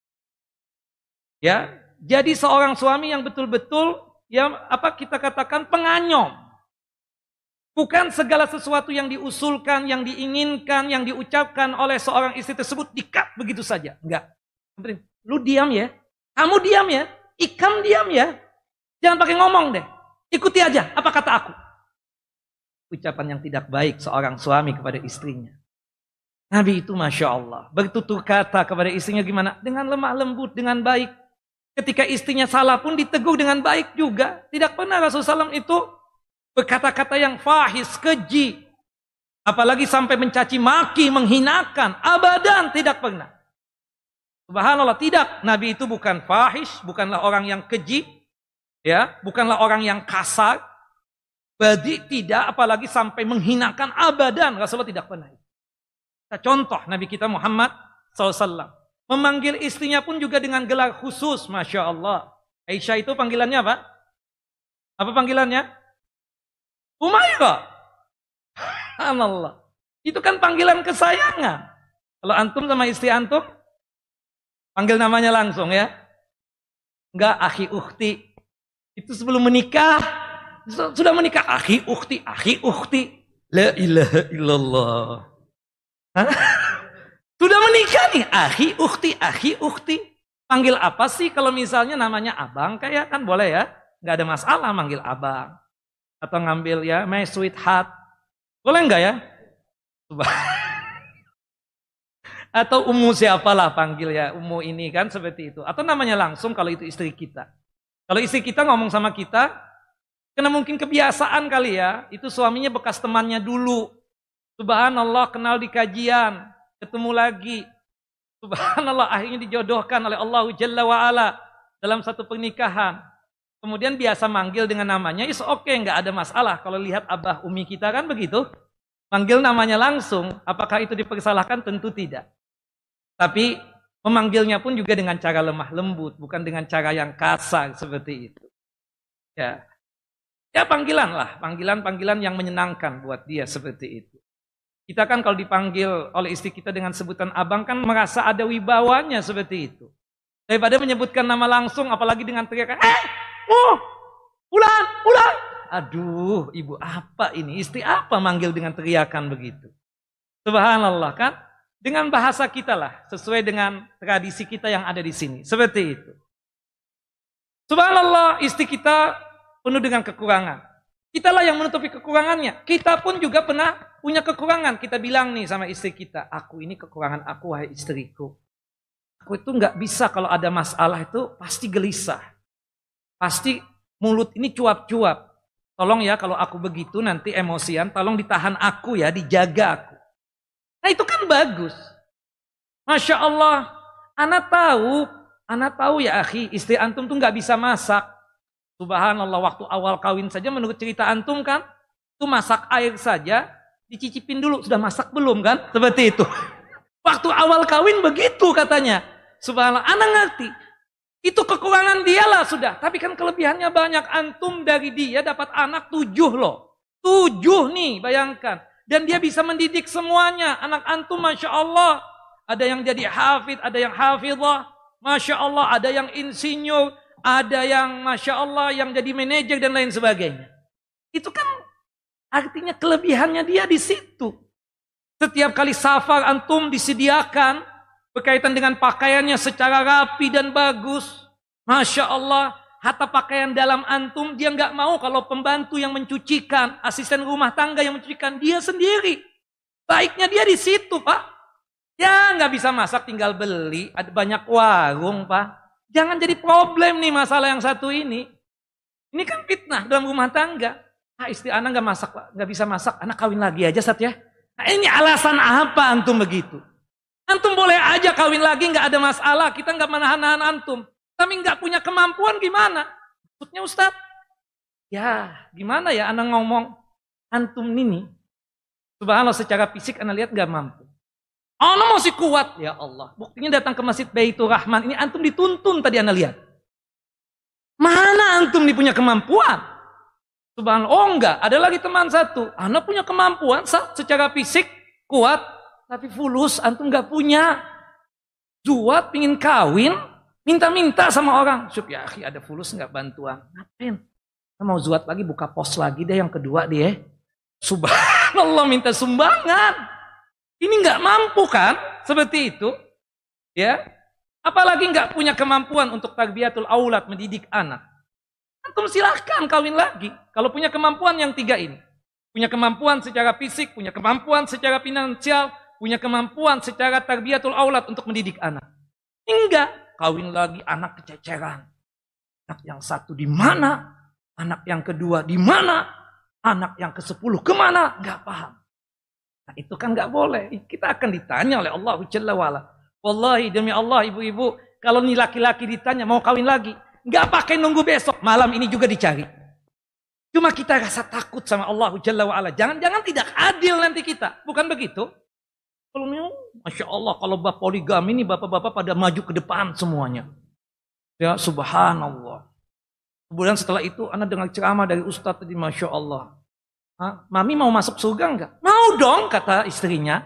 Ya, jadi seorang suami yang betul-betul ya apa kita katakan penganyom. Bukan segala sesuatu yang diusulkan, yang diinginkan, yang diucapkan oleh seorang istri tersebut dikat begitu saja. Enggak. Lu diam ya. Kamu diam ya. Ikam diam ya. Jangan pakai ngomong deh. Ikuti aja apa kata aku. Ucapan yang tidak baik seorang suami kepada istrinya. Nabi itu Masya Allah bertutur kata kepada istrinya gimana? Dengan lemah lembut, dengan baik. Ketika istrinya salah pun ditegur dengan baik juga. Tidak pernah Rasulullah shallallahu alaihi wasallam itu berkata-kata yang fahis, keji. Apalagi sampai mencaci maki, menghinakan. Abadan, tidak pernah. Subhanallah, tidak. Nabi itu bukan fahish, bukanlah orang yang keji. Ya, bukanlah orang yang kasar. Badi tidak, apalagi sampai menghinakan abadan. Rasulullah tidak pernah. Kita contoh Nabi kita Muhammad shallallahu alaihi wasallam. Memanggil istrinya pun juga dengan gelar khusus. Masya Allah. Aisyah itu panggilannya apa? Apa panggilannya? Umairah. Subhanallah. Itu kan panggilan kesayangan. Kalau antum sama istri antum, panggil namanya langsung ya. Enggak akhi ukhti. Itu sebelum menikah. Sudah menikah akhi ukhti, akhi ukhti. La ilaha illallah. Hah? Sudah menikah nih, akhi ukhti, akhi ukhti. Panggil apa sih kalau misalnya namanya abang kayak kan boleh ya? Enggak ada masalah manggil abang. Atau ngambil ya, my sweetheart. Boleh enggak ya? Atau ummu siapalah panggil ya, ummu ini kan seperti itu. Atau namanya langsung kalau itu istri kita. Kalau istri kita ngomong sama kita, karena mungkin kebiasaan kali ya, itu suaminya bekas temannya dulu. Subhanallah kenal di kajian, ketemu lagi. Subhanallah akhirnya dijodohkan oleh Allah Jalla wa'ala dalam satu pernikahan. Kemudian biasa manggil dengan namanya, is oke, okay, nggak ada masalah. Kalau lihat abah umi kita kan begitu. Manggil namanya langsung, apakah itu dipersalahkan? Tentu tidak. Tapi memanggilnya pun juga dengan cara lemah lembut, bukan dengan cara yang kasar seperti itu. Ya, ya panggilan lah, panggilan-panggilan yang menyenangkan buat dia seperti itu. Kita kan kalau dipanggil oleh istri kita dengan sebutan abang kan merasa ada wibawanya seperti itu. Daripada menyebutkan nama langsung, apalagi dengan teriakan, eh, oh, pulang, pulang. Aduh, ibu apa ini? Istri apa manggil dengan teriakan begitu? Subhanallah kan? Dengan bahasa kita lah, sesuai dengan tradisi kita yang ada di sini. Seperti itu. Subhanallah, istri kita penuh dengan kekurangan. Kitalah yang menutupi kekurangannya. Kita pun juga pernah punya kekurangan. Kita bilang nih sama istri kita, aku ini kekurangan aku, wahai istriku. Aku itu nggak bisa kalau ada masalah itu pasti gelisah. Pasti mulut ini cuap-cuap. Tolong ya kalau aku begitu nanti emosian, tolong ditahan aku ya, dijaga aku. Nah itu kan bagus. Masya Allah, ana tahu, ana tahu ya akhi, istri antum tuh nggak bisa masak. Subhanallah, waktu awal kawin saja menurut cerita antum kan, itu masak air saja, dicicipin dulu, sudah masak belum kan? Seperti itu. Waktu awal kawin begitu katanya. Subhanallah, ana ngerti. Itu kekurangan dialah sudah. Tapi kan kelebihannya banyak. Antum dari dia dapat anak tujuh loh. Tujuh nih bayangkan. Dan dia bisa mendidik semuanya. Anak antum Masya Allah. Ada yang jadi hafid, ada yang hafidhah. Masya Allah, ada yang insinyur. Ada yang Masya Allah yang jadi manajer dan lain sebagainya. Itu kan artinya kelebihannya dia di situ. Setiap kali safar antum disediakan. Berkaitan dengan pakaiannya secara rapi dan bagus. Masya Allah. Hatta pakaian dalam antum. Dia nggak mau kalau pembantu yang mencucikan. Asisten rumah tangga yang mencucikan. Dia sendiri. Baiknya dia di situ Pak. Ya nggak bisa masak tinggal beli. Ada banyak warung Pak. Jangan jadi problem nih masalah yang satu ini. Ini kan fitnah dalam rumah tangga. Ah, istri anak nggak masak, nggak bisa masak. Anak kawin lagi aja Sat ya. Nah, ini alasan apa antum begitu? Antum boleh aja kawin lagi, nggak ada masalah. Kita nggak menahan-nahan antum. Kami nggak punya kemampuan gimana? Maksudnya Ustaz? Ya, gimana ya anak ngomong antum ini? Subhanallah secara fisik anak lihat nggak mampu. Anak masih kuat ya Allah. Buktinya datang ke Masjid Baitur Rahman ini antum dituntun tadi anak lihat. Mana antum nih punya kemampuan? Subhanallah. Oh enggak, ada lagi teman satu. Anak punya kemampuan secara fisik kuat. Tapi fulus antum gak punya. Zuat pingin kawin, minta-minta sama orang. Syuk ya akhi ada fulus gak bantuan. Ngapain? Mau zuat lagi buka pos lagi deh yang kedua dia. Subhanallah minta sumbangan. Ini gak mampu kan? Seperti itu. Ya. Apalagi gak punya kemampuan untuk tarbiyatul aulad, mendidik anak. Antum silahkan kawin lagi. Kalau punya kemampuan yang tiga ini. Punya kemampuan secara fisik, punya kemampuan secara finansial, punya kemampuan secara tarbiyatul aulad untuk mendidik anak. Enggak, kawin lagi anak kececeran. Anak yang satu di mana? Anak yang kedua di mana? Anak yang kesepuluh kemana? Enggak paham. Nah, itu kan enggak boleh. Kita akan ditanya oleh Allah Jalla wa'ala. Wallahi demi Allah ibu-ibu, kalau nih laki-laki ditanya mau kawin lagi, enggak pakai nunggu besok, malam ini juga dicari. Cuma kita rasa takut sama Allah Jalla wa'ala. Jangan-jangan tidak adil nanti kita. Bukan begitu? Kalau Masya Allah, kalau bab poligami ini bapak-bapak pada maju ke depan semuanya. Ya subhanallah. Kemudian setelah itu anak dengar ceramah dari Ustadz tadi, Masya Allah. Hah? Mami mau masuk surga enggak? Mau dong, kata istrinya.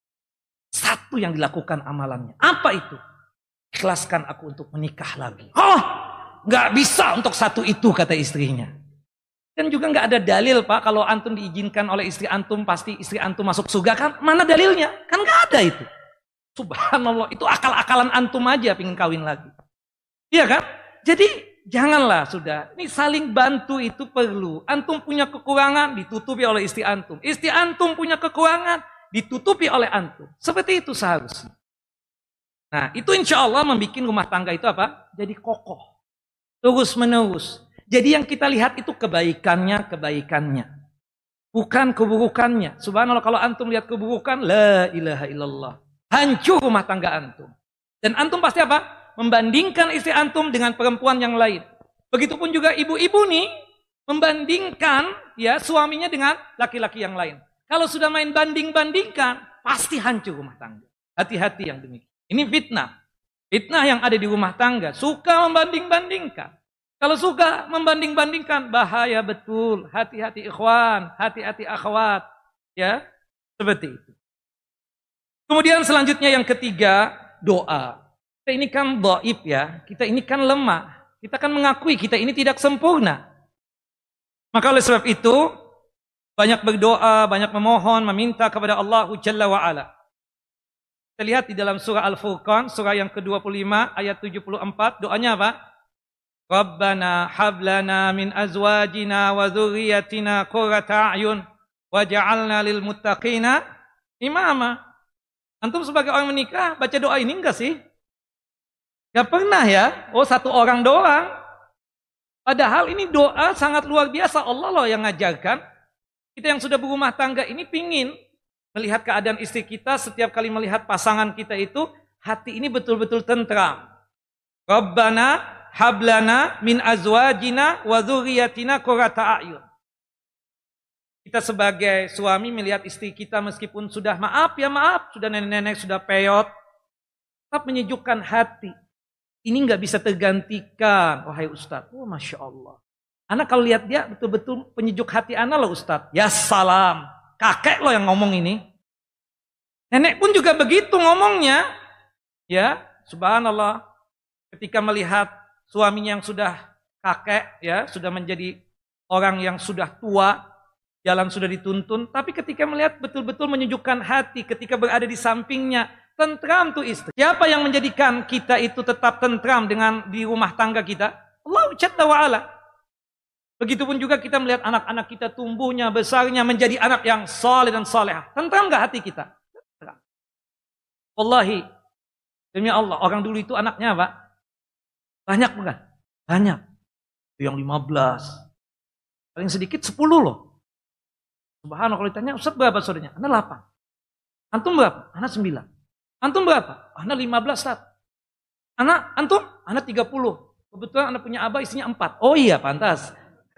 Satu yang dilakukan amalannya. Apa itu? Ikhlaskan aku untuk menikah lagi. Oh, enggak bisa untuk satu itu, kata istrinya. Dan juga enggak ada dalil, Pak, kalau antum diizinkan oleh istri antum, pasti istri antum masuk surga, kan? Mana dalilnya? Kan enggak ada itu. Subhanallah, itu akal-akalan antum aja pingin kawin lagi. Iya kan? Jadi janganlah sudah. Ini saling bantu itu perlu. Antum punya kekurangan, ditutupi oleh istri antum. Istri antum punya kekurangan, ditutupi oleh antum. Seperti itu seharusnya. Nah, itu insya Allah membuat rumah tangga itu apa? Jadi kokoh. Terus menerus. Jadi yang kita lihat itu kebaikannya, kebaikannya. Bukan keburukannya. Subhanallah, kalau antum lihat keburukan, la ilaha illallah. Hancur rumah tangga antum. Dan antum pasti apa? Membandingkan istri antum dengan perempuan yang lain. Begitupun juga ibu-ibu nih membandingkan ya suaminya dengan laki-laki yang lain. Kalau sudah main banding-bandingkan, pasti hancur rumah tangga. Hati-hati yang demikian. Ini fitnah. Fitnah yang ada di rumah tangga. Suka membanding-bandingkan. Kalau suka membanding-bandingkan, bahaya betul. Hati-hati ikhwan, hati-hati akhwat. Ya, seperti itu. Kemudian selanjutnya yang ketiga, doa. Kita ini kan dhaif ya, kita ini kan lemah. Kita kan mengakui kita ini tidak sempurna. Maka oleh sebab itu, banyak berdoa, banyak memohon, meminta kepada Allah Jalla wa'ala. Kita lihat di dalam surah Al-Furqan, surah yang ke dua puluh lima, ayat tujuh puluh empat, doanya apa? Rabbana hablana min azwajina wa dzurriyyatina qurrata a'yun waj'alna lil muttaqina imama. Antum sebagai orang menikah, baca doa ini enggak sih? Gak pernah ya, oh satu orang doang. Padahal ini doa sangat luar biasa, Allah loh yang ngajarkan. Kita yang sudah berumah tangga ini pingin melihat keadaan istri kita, setiap kali melihat pasangan kita itu, hati ini betul-betul tentram. Rabbana hablana min azwajina wa dzurriyyatina qurrata a'yun. Kita sebagai suami melihat istri kita meskipun sudah maaf ya maaf, sudah nenek-nenek, sudah peyot, tetap menyejukkan hati. Ini nggak bisa tergantikan, wahai Ustadz. Oh, Masya Allah. Anak kalau lihat dia betul-betul penyejuk hati anak loh Ustadz. Ya salam. Kakek loh yang ngomong ini. Nenek pun juga begitu ngomongnya. Ya, subhanallah. Ketika melihat suaminya yang sudah kakek, ya sudah menjadi orang yang sudah tua, jalan sudah dituntun. Tapi ketika melihat betul-betul menyejukkan hati, ketika berada di sampingnya, tentram tuh istri. Siapa yang menjadikan kita itu tetap tentram dengan di rumah tangga kita? Allah Jalla wa'ala. Begitupun juga kita melihat anak-anak kita tumbuhnya, besarnya, menjadi anak yang saleh dan salehah. Tentram gak hati kita? Tentram. Wallahi, demi Allah, orang dulu itu anaknya apa? Banyak bukan? Banyak. Yang lima belas. Paling sedikit sepuluh loh. Subhanallah, kalau ditanya, Ustaz berapa saudaranya? Anak delapan. Antum berapa? Anak sembilan. Antum berapa? Anak lima belas, Ustaz. Anak, antum? Anak tiga puluh. Kebetulan anak punya abah, istrinya empat. Oh iya, pantas.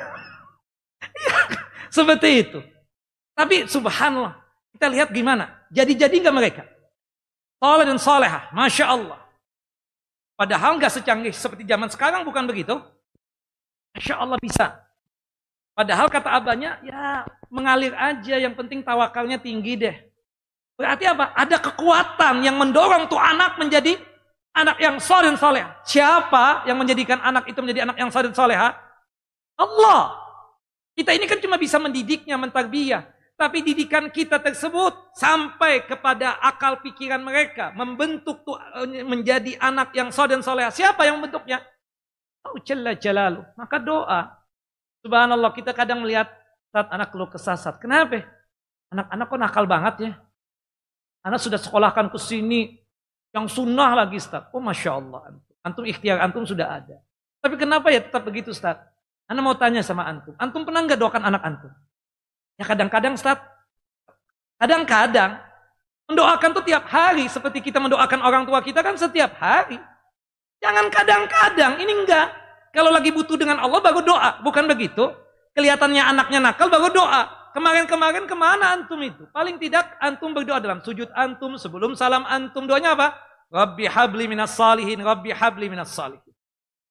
Seperti itu. Tapi subhanallah, kita lihat gimana. Jadi-jadi enggak mereka? Saleh dan salehah, Masya Allah. Padahal enggak secanggih seperti zaman sekarang, bukan begitu? Masya Allah bisa. Padahal kata abahnya, ya mengalir aja, yang penting tawakalnya tinggi deh. Berarti apa? Ada kekuatan yang mendorong tuh anak menjadi anak yang saleh dan saleh. Siapa yang menjadikan anak itu menjadi anak yang saleh dan saleh? Allah. Kita ini kan cuma bisa mendidiknya, mentarbiyah. Tapi didikan kita tersebut sampai kepada akal pikiran mereka. Membentuk tuh menjadi anak yang saleh dan saleh. Siapa yang membentuknya? Allah Jalla Jalaluh. Maka doa. Subhanallah, kita kadang melihat saat anak keluh kesasat. Kenapa? Anak-anak kok nakal banget ya? Anak sudah sekolahkan ke sini, yang sunnah lagi Ustaz. Oh Masya Allah. Antum, antum ikhtiar antum sudah ada. Tapi kenapa ya tetap begitu Ustaz? Anak mau tanya sama antum. Antum pernah nggak doakan anak antum? Ya kadang-kadang Ustaz. Kadang-kadang. Mendoakan tuh tiap hari. Seperti kita mendoakan orang tua kita kan setiap hari. Jangan kadang-kadang. Ini enggak. Kalau lagi butuh dengan Allah baru doa. Bukan begitu. Kelihatannya anaknya nakal baru doa. Kemarin-kemarin kemana antum itu? Paling tidak antum berdoa dalam sujud antum, sebelum salam antum. Doanya apa? Rabbi habli minas salihin, Rabbi habli minas salihin.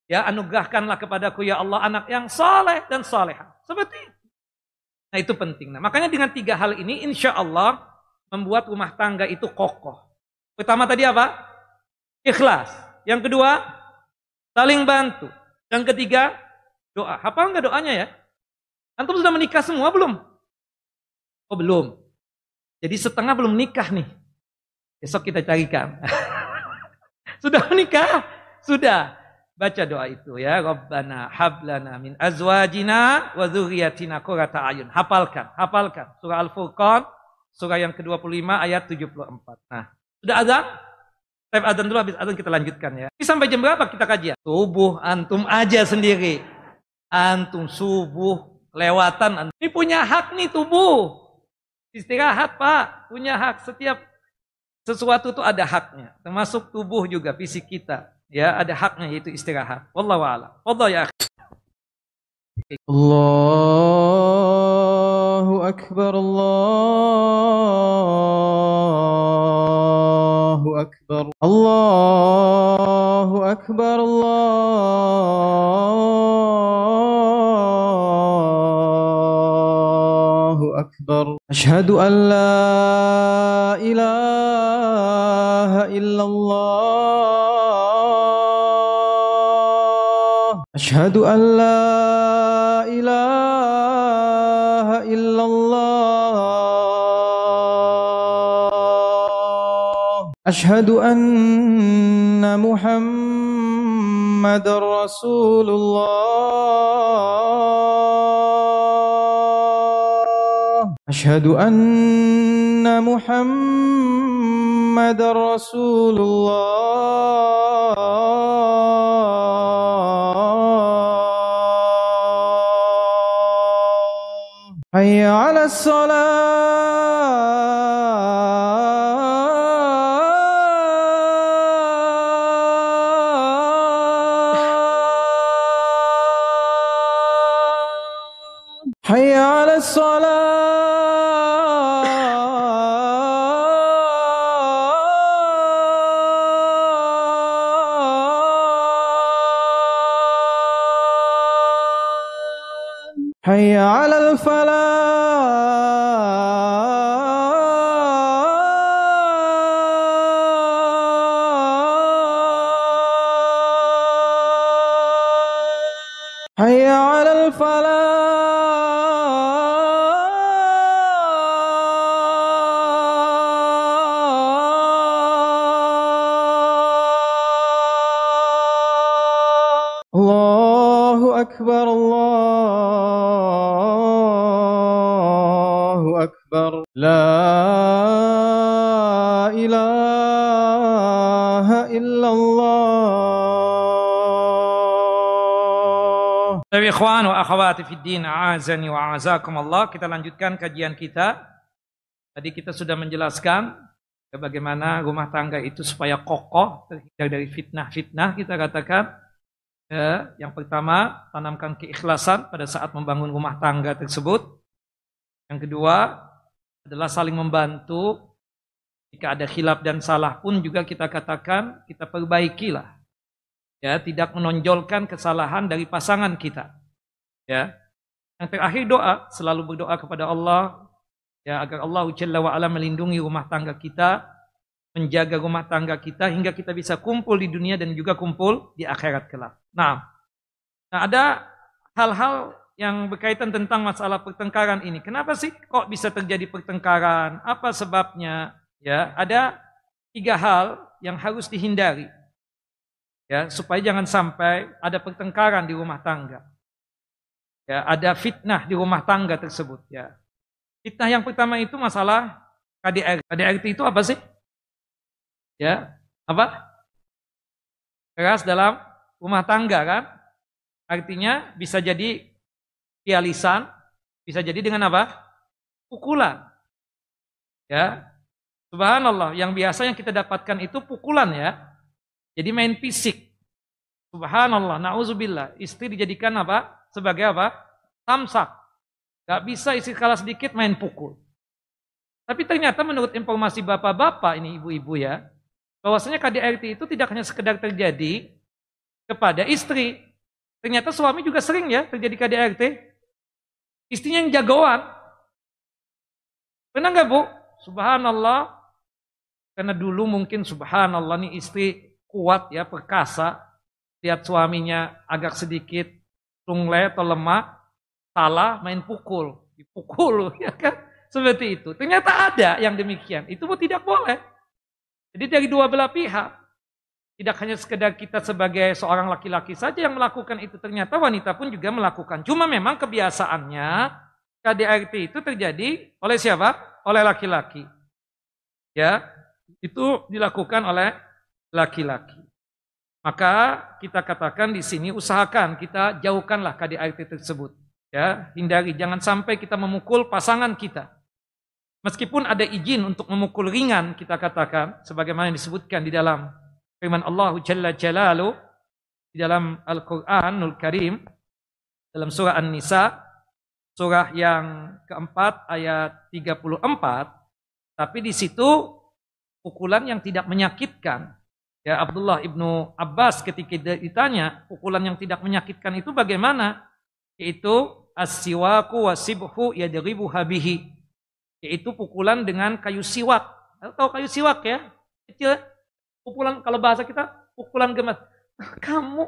Ya, anugerahkanlah kepadaku ya Allah anak yang saleh dan salehah. Seperti itu. Nah, itu penting. Nah, makanya dengan tiga hal ini insya Allah membuat rumah tangga itu kokoh. Pertama tadi apa? Ikhlas. Yang kedua, saling bantu. Yang ketiga, doa. Hafal nggak doanya ya? Antum sudah menikah semua belum? Oh belum. Jadi setengah belum nikah nih. Besok kita carikan. Sudah menikah? Sudah. Baca doa itu ya. Rabbana hablana min azwajina wa dzurriyyatina qurrata a'yun. Hafalkan, hafalkan. Surah Al-Furqan, surah yang ke dua puluh lima ayat tujuh puluh empat. Nah, sudah azan? Time azan dulu, habis azan kita lanjutkan ya. Ini sampai jam berapa kita kajian? Subuh antum aja sendiri. Antum subuh lewatan. Antum. Ini punya hak nih tubuh. Istirahat Pak, punya hak. Setiap sesuatu itu ada haknya. Termasuk tubuh juga, fisik kita. Ya, ada haknya yaitu istirahat. Wallahu a'lam. Wallahu ya akhi. Allahu akbar, Allahu akbar. Allahu akbar, Allahu akbar. Asyhadu an la ilaha illallah. أشهد أن لا إله إلا الله أشهد أن محمد رسول الله أشهد أن محمد رسول الله حي على الصلاة حي على الصلاة حي على الفلاح حي على الفلاح الله أكبر الله أكبر لا إله إلا الله. Tapi ikhwan wa akhwati fid din, a'azani wa a'azakumullah. Kita lanjutkan kajian kita. Tadi kita sudah menjelaskan bagaimana rumah tangga itu supaya kokoh, terhindar dari fitnah-fitnah. Kita katakan ya, yang pertama, tanamkan keikhlasan pada saat membangun rumah tangga tersebut. Yang kedua adalah saling membantu. Jika ada khilaf dan salah pun juga kita katakan, kita perbaikilah. Ya, tidak menonjolkan kesalahan dari pasangan kita. Ya. Yang terakhir doa, selalu berdoa kepada Allah ya, agar Allah Jalla wa Ala melindungi rumah tangga kita, menjaga rumah tangga kita hingga kita bisa kumpul di dunia dan juga kumpul di akhirat kelak. Nah, nah ada hal-hal yang berkaitan tentang masalah pertengkaran ini. Kenapa sih kok bisa terjadi pertengkaran? Apa sebabnya? Ya, ada tiga hal yang harus dihindari. Ya, supaya jangan sampai ada pertengkaran di rumah tangga. Ya, ada fitnah di rumah tangga tersebut. Ya, fitnah yang pertama itu masalah K D R T. K D R T itu apa sih? Ya, apa? Keras dalam rumah tangga kan? Artinya bisa jadi via lisan, bisa jadi dengan apa? Pukulan. Ya, subhanallah, yang biasa yang kita dapatkan itu pukulan ya. Jadi main fisik. Subhanallah, na'udzubillah. Istri dijadikan apa? Sebagai apa? Samsak. Gak bisa istri kalah sedikit main pukul. Tapi ternyata menurut informasi bapak-bapak ini ibu-ibu ya, bahwasanya K D R T itu tidak hanya sekedar terjadi kepada istri. Ternyata suami juga sering ya terjadi K D R T. Istrinya yang jagoan. Pernah nggak Bu? Subhanallah. Karena dulu mungkin subhanallah nih istri kuat ya, perkasa. Lihat suaminya agak sedikit tungle atau lemah, salah main pukul. Dipukul ya kan. Seperti itu. Ternyata ada yang demikian. Itu pun tidak boleh. Jadi dari dua belah pihak. Tidak hanya sekedar kita sebagai seorang laki-laki saja yang melakukan itu. Ternyata wanita pun juga melakukan. Cuma memang kebiasaannya K D R T itu terjadi oleh siapa? Oleh laki-laki. Ya, itu dilakukan oleh laki-laki. Maka kita katakan di sini usahakan kita jauhkanlah K D R T tersebut. Ya, hindari, jangan sampai kita memukul pasangan kita. Meskipun ada izin untuk memukul ringan, kita katakan sebagaimana yang disebutkan di dalam firman Allah Jalla Jalaluhu di dalam Al-Qur'anul Karim dalam surah An-Nisa surah yang keempat ayat tiga puluh empat, tapi di situ pukulan yang tidak menyakitkan. Ya, Abdullah ibnu Abbas ketika ditanya pukulan yang tidak menyakitkan itu bagaimana? Yaitu as-siwaku wasibhu yadribu habihi. Yaitu pukulan dengan kayu siwak. Tahu kayu siwak ya? Kecil. Pukulan kalau bahasa kita pukulan gemas. Kamu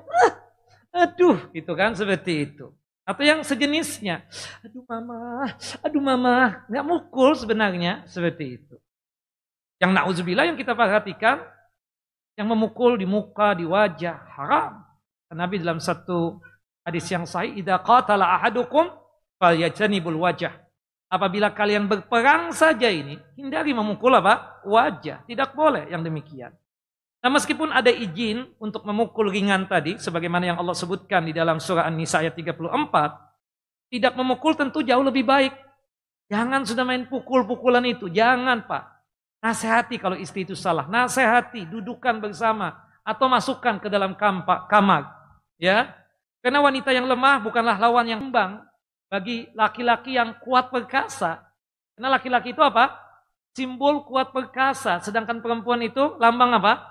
aduh, gitu kan seperti itu. Atau yang sejenisnya. Aduh mama, aduh mama, enggak mukul sebenarnya seperti itu. Yang na'udzubillah yang kita perhatikan yang memukul di muka, di wajah haram. Nabi dalam satu hadis yang sahih, idza qatala ahadukum falyajtanibul wajah. Apabila kalian berperang saja ini, hindari memukul apa? Wajah. Tidak boleh yang demikian. Nah, meskipun ada izin untuk memukul ringan tadi, sebagaimana yang Allah sebutkan di dalam surah An-Nisa ayat tiga puluh empat, tidak memukul tentu jauh lebih baik. Jangan sudah main pukul-pukulan itu. Jangan Pak. Nasihati kalau istri itu salah. Nasihati, dudukan bersama. Atau masukkan ke dalam kamar. Ya, karena wanita yang lemah bukanlah lawan yang imbang bagi laki-laki yang kuat perkasa. Karena laki-laki itu apa? Simbol kuat perkasa. Sedangkan perempuan itu lambang apa?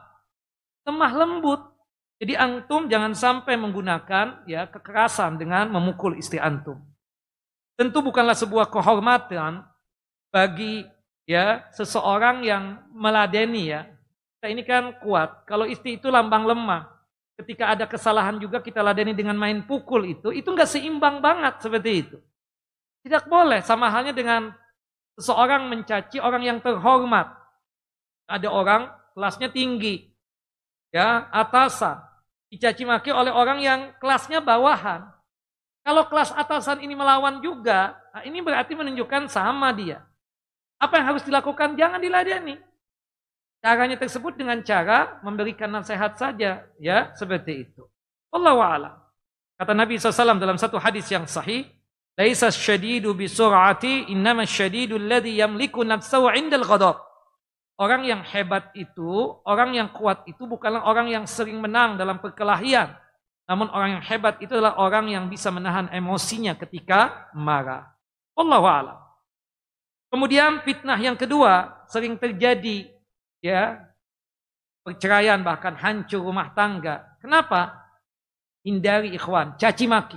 Lemah lembut. Jadi antum jangan sampai menggunakan ya kekerasan dengan memukul istri antum. Tentu bukanlah sebuah kehormatan bagi ya seseorang yang meladeni ya. Kita ini kan kuat. Kalau istri itu lambang lemah. Ketika ada kesalahan juga kita ladeni dengan main pukul itu. Itu enggak seimbang banget seperti itu. Tidak boleh. Sama halnya dengan seseorang mencaci orang yang terhormat. Ada orang kelasnya tinggi. Ya, atasan. Dicaci maki oleh orang yang kelasnya bawahan. Kalau kelas atasan ini melawan juga, nah ini berarti menunjukkan sama dia. Apa yang harus dilakukan? Jangan diladeni. Caranya tersebut dengan cara memberikan nasihat saja, ya seperti itu. Wallahu a'lam. Kata Nabi shallallahu alaihi wasallam dalam satu hadis yang sahih, "Laisa syadidu bisur'ati, innama syadidu alladhi yamliku nafsahu 'indal ghadab." Orang yang hebat itu, orang yang kuat itu bukanlah orang yang sering menang dalam perkelahian. Namun orang yang hebat itu adalah orang yang bisa menahan emosinya ketika marah. Wallahu a'lam. Kemudian fitnah yang kedua sering terjadi, ya, perceraian bahkan hancur rumah tangga. Kenapa? Hindari ikhwan, caci maki.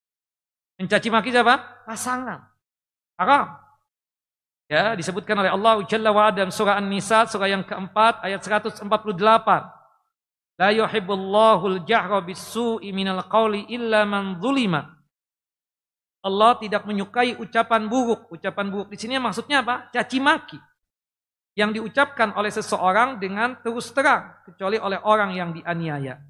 Mencaci maki siapa? Pasangan. Haram. Ya, disebutkan oleh Allah Jalla wa Ala dalam surah An-Nisa surah yang keempat ayat seratus empat puluh delapan. La yuhibbullahul jahra bis-su'i minal qawli illa man zulima. Allah tidak menyukai ucapan buruk. Ucapan buruk di sini maksudnya apa? Caci maki. Yang diucapkan oleh seseorang dengan terus terang. Kecuali oleh orang yang dianiaya.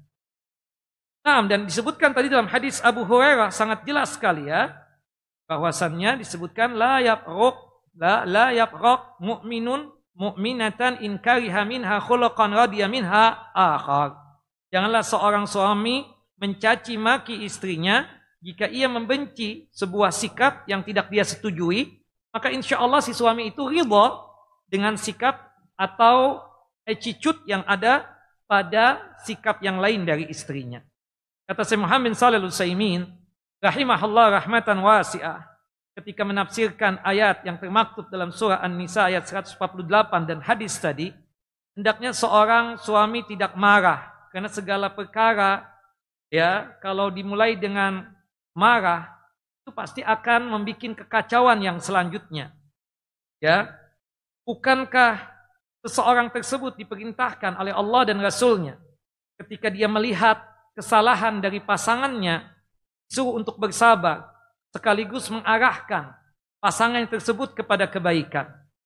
Nah, dan disebutkan tadi dalam hadis Abu Hurairah sangat jelas sekali ya. Bahwasannya disebutkan la yaqruq la la yaqruq mu'minun mu'minatan in kariha minha khuluqan radiya minha akhar. Janganlah seorang suami mencaci maki istrinya jika ia membenci sebuah sikap yang tidak dia setujui, maka insya Allah si suami itu ridha dengan sikap atau attitude yang ada pada sikap yang lain dari istrinya. Kata Syekh Muhammad bin Shalih Al-Utsaimin rahimahullah rahmatan wasi'ah ketika menafsirkan ayat yang termaktub dalam surah An-Nisa ayat seratus empat puluh delapan dan hadis tadi, hendaknya seorang suami tidak marah karena segala perkara ya, kalau dimulai dengan marah, itu pasti akan membuat kekacauan yang selanjutnya. Ya, bukankah seseorang tersebut diperintahkan oleh Allah dan Rasul-Nya ketika dia melihat kesalahan dari pasangannya, suruh untuk bersabar, sekaligus mengarahkan pasangan tersebut kepada kebaikan.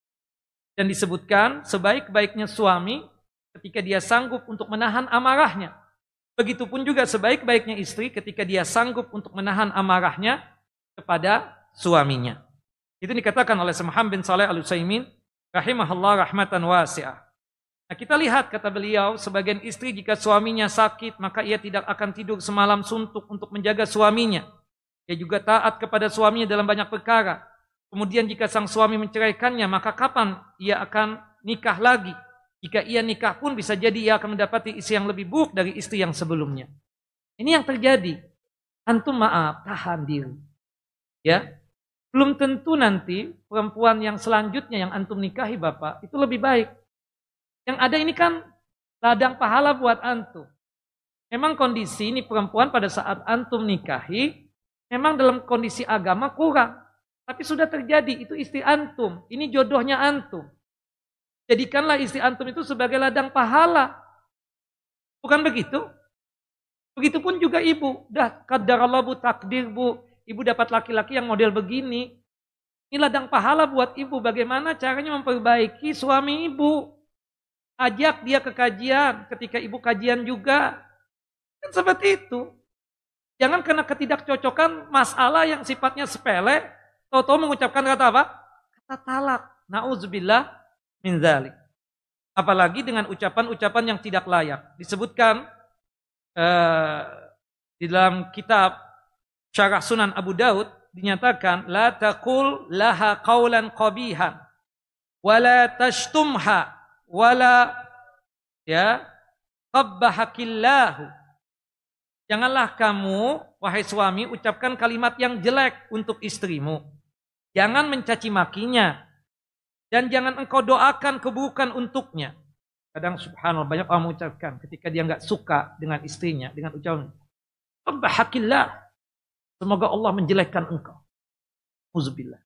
Dan disebutkan sebaik-baiknya suami ketika dia sanggup untuk menahan amarahnya. Begitupun juga sebaik-baiknya istri ketika dia sanggup untuk menahan amarahnya kepada suaminya. Itu dikatakan oleh Muhammad bin Shalih Al-Utsaimin rahimahullah rahmatan wasi'ah. Nah, kita lihat kata beliau, sebagian istri jika suaminya sakit maka ia tidak akan tidur semalam suntuk untuk menjaga suaminya. Ia juga taat kepada suaminya dalam banyak perkara. Kemudian jika sang suami menceraikannya, maka kapan ia akan nikah lagi? Jika ia nikah pun bisa jadi ia akan mendapati istri yang lebih buruk dari istri yang sebelumnya. Ini yang terjadi. Antum maaf, tahan diri. Ya, belum tentu nanti perempuan yang selanjutnya yang antum nikahi Bapak itu lebih baik. Yang ada ini kan ladang pahala buat antum. Memang kondisi ini perempuan pada saat antum nikahi memang dalam kondisi agama kurang. Tapi sudah terjadi, itu istri antum. Ini jodohnya antum. Jadikanlah istri antum itu sebagai ladang pahala. Bukan begitu? Begitupun juga ibu. Dah qadarallah bu, takdir bu. Ibu dapat laki-laki yang model begini. Ini ladang pahala buat ibu. Bagaimana caranya memperbaiki suami ibu. Ajak dia ke kajian. Ketika ibu kajian juga. Kan seperti itu. Jangan karena ketidakcocokan masalah yang sifatnya sepele. Tahu-tahu mengucapkan kata apa? Kata talak. Na'udzubillah min dzalik. Apalagi dengan ucapan-ucapan yang tidak layak. Disebutkan uh, di dalam kitab Syarah Sunan Abu Daud dinyatakan la taqul laha qaulan qabihan wala tashtumha wala ya qabbahakillahu. Janganlah kamu wahai suami ucapkan kalimat yang jelek untuk istrimu. Jangan mencaci makinya. Dan jangan engkau doakan keburukan untuknya. Kadang subhanallah banyak orang mengucapkan ketika dia enggak suka dengan istrinya. Dengan ucapan. Qabbahakillah. Semoga Allah menjelekkan engkau. Uzubillah.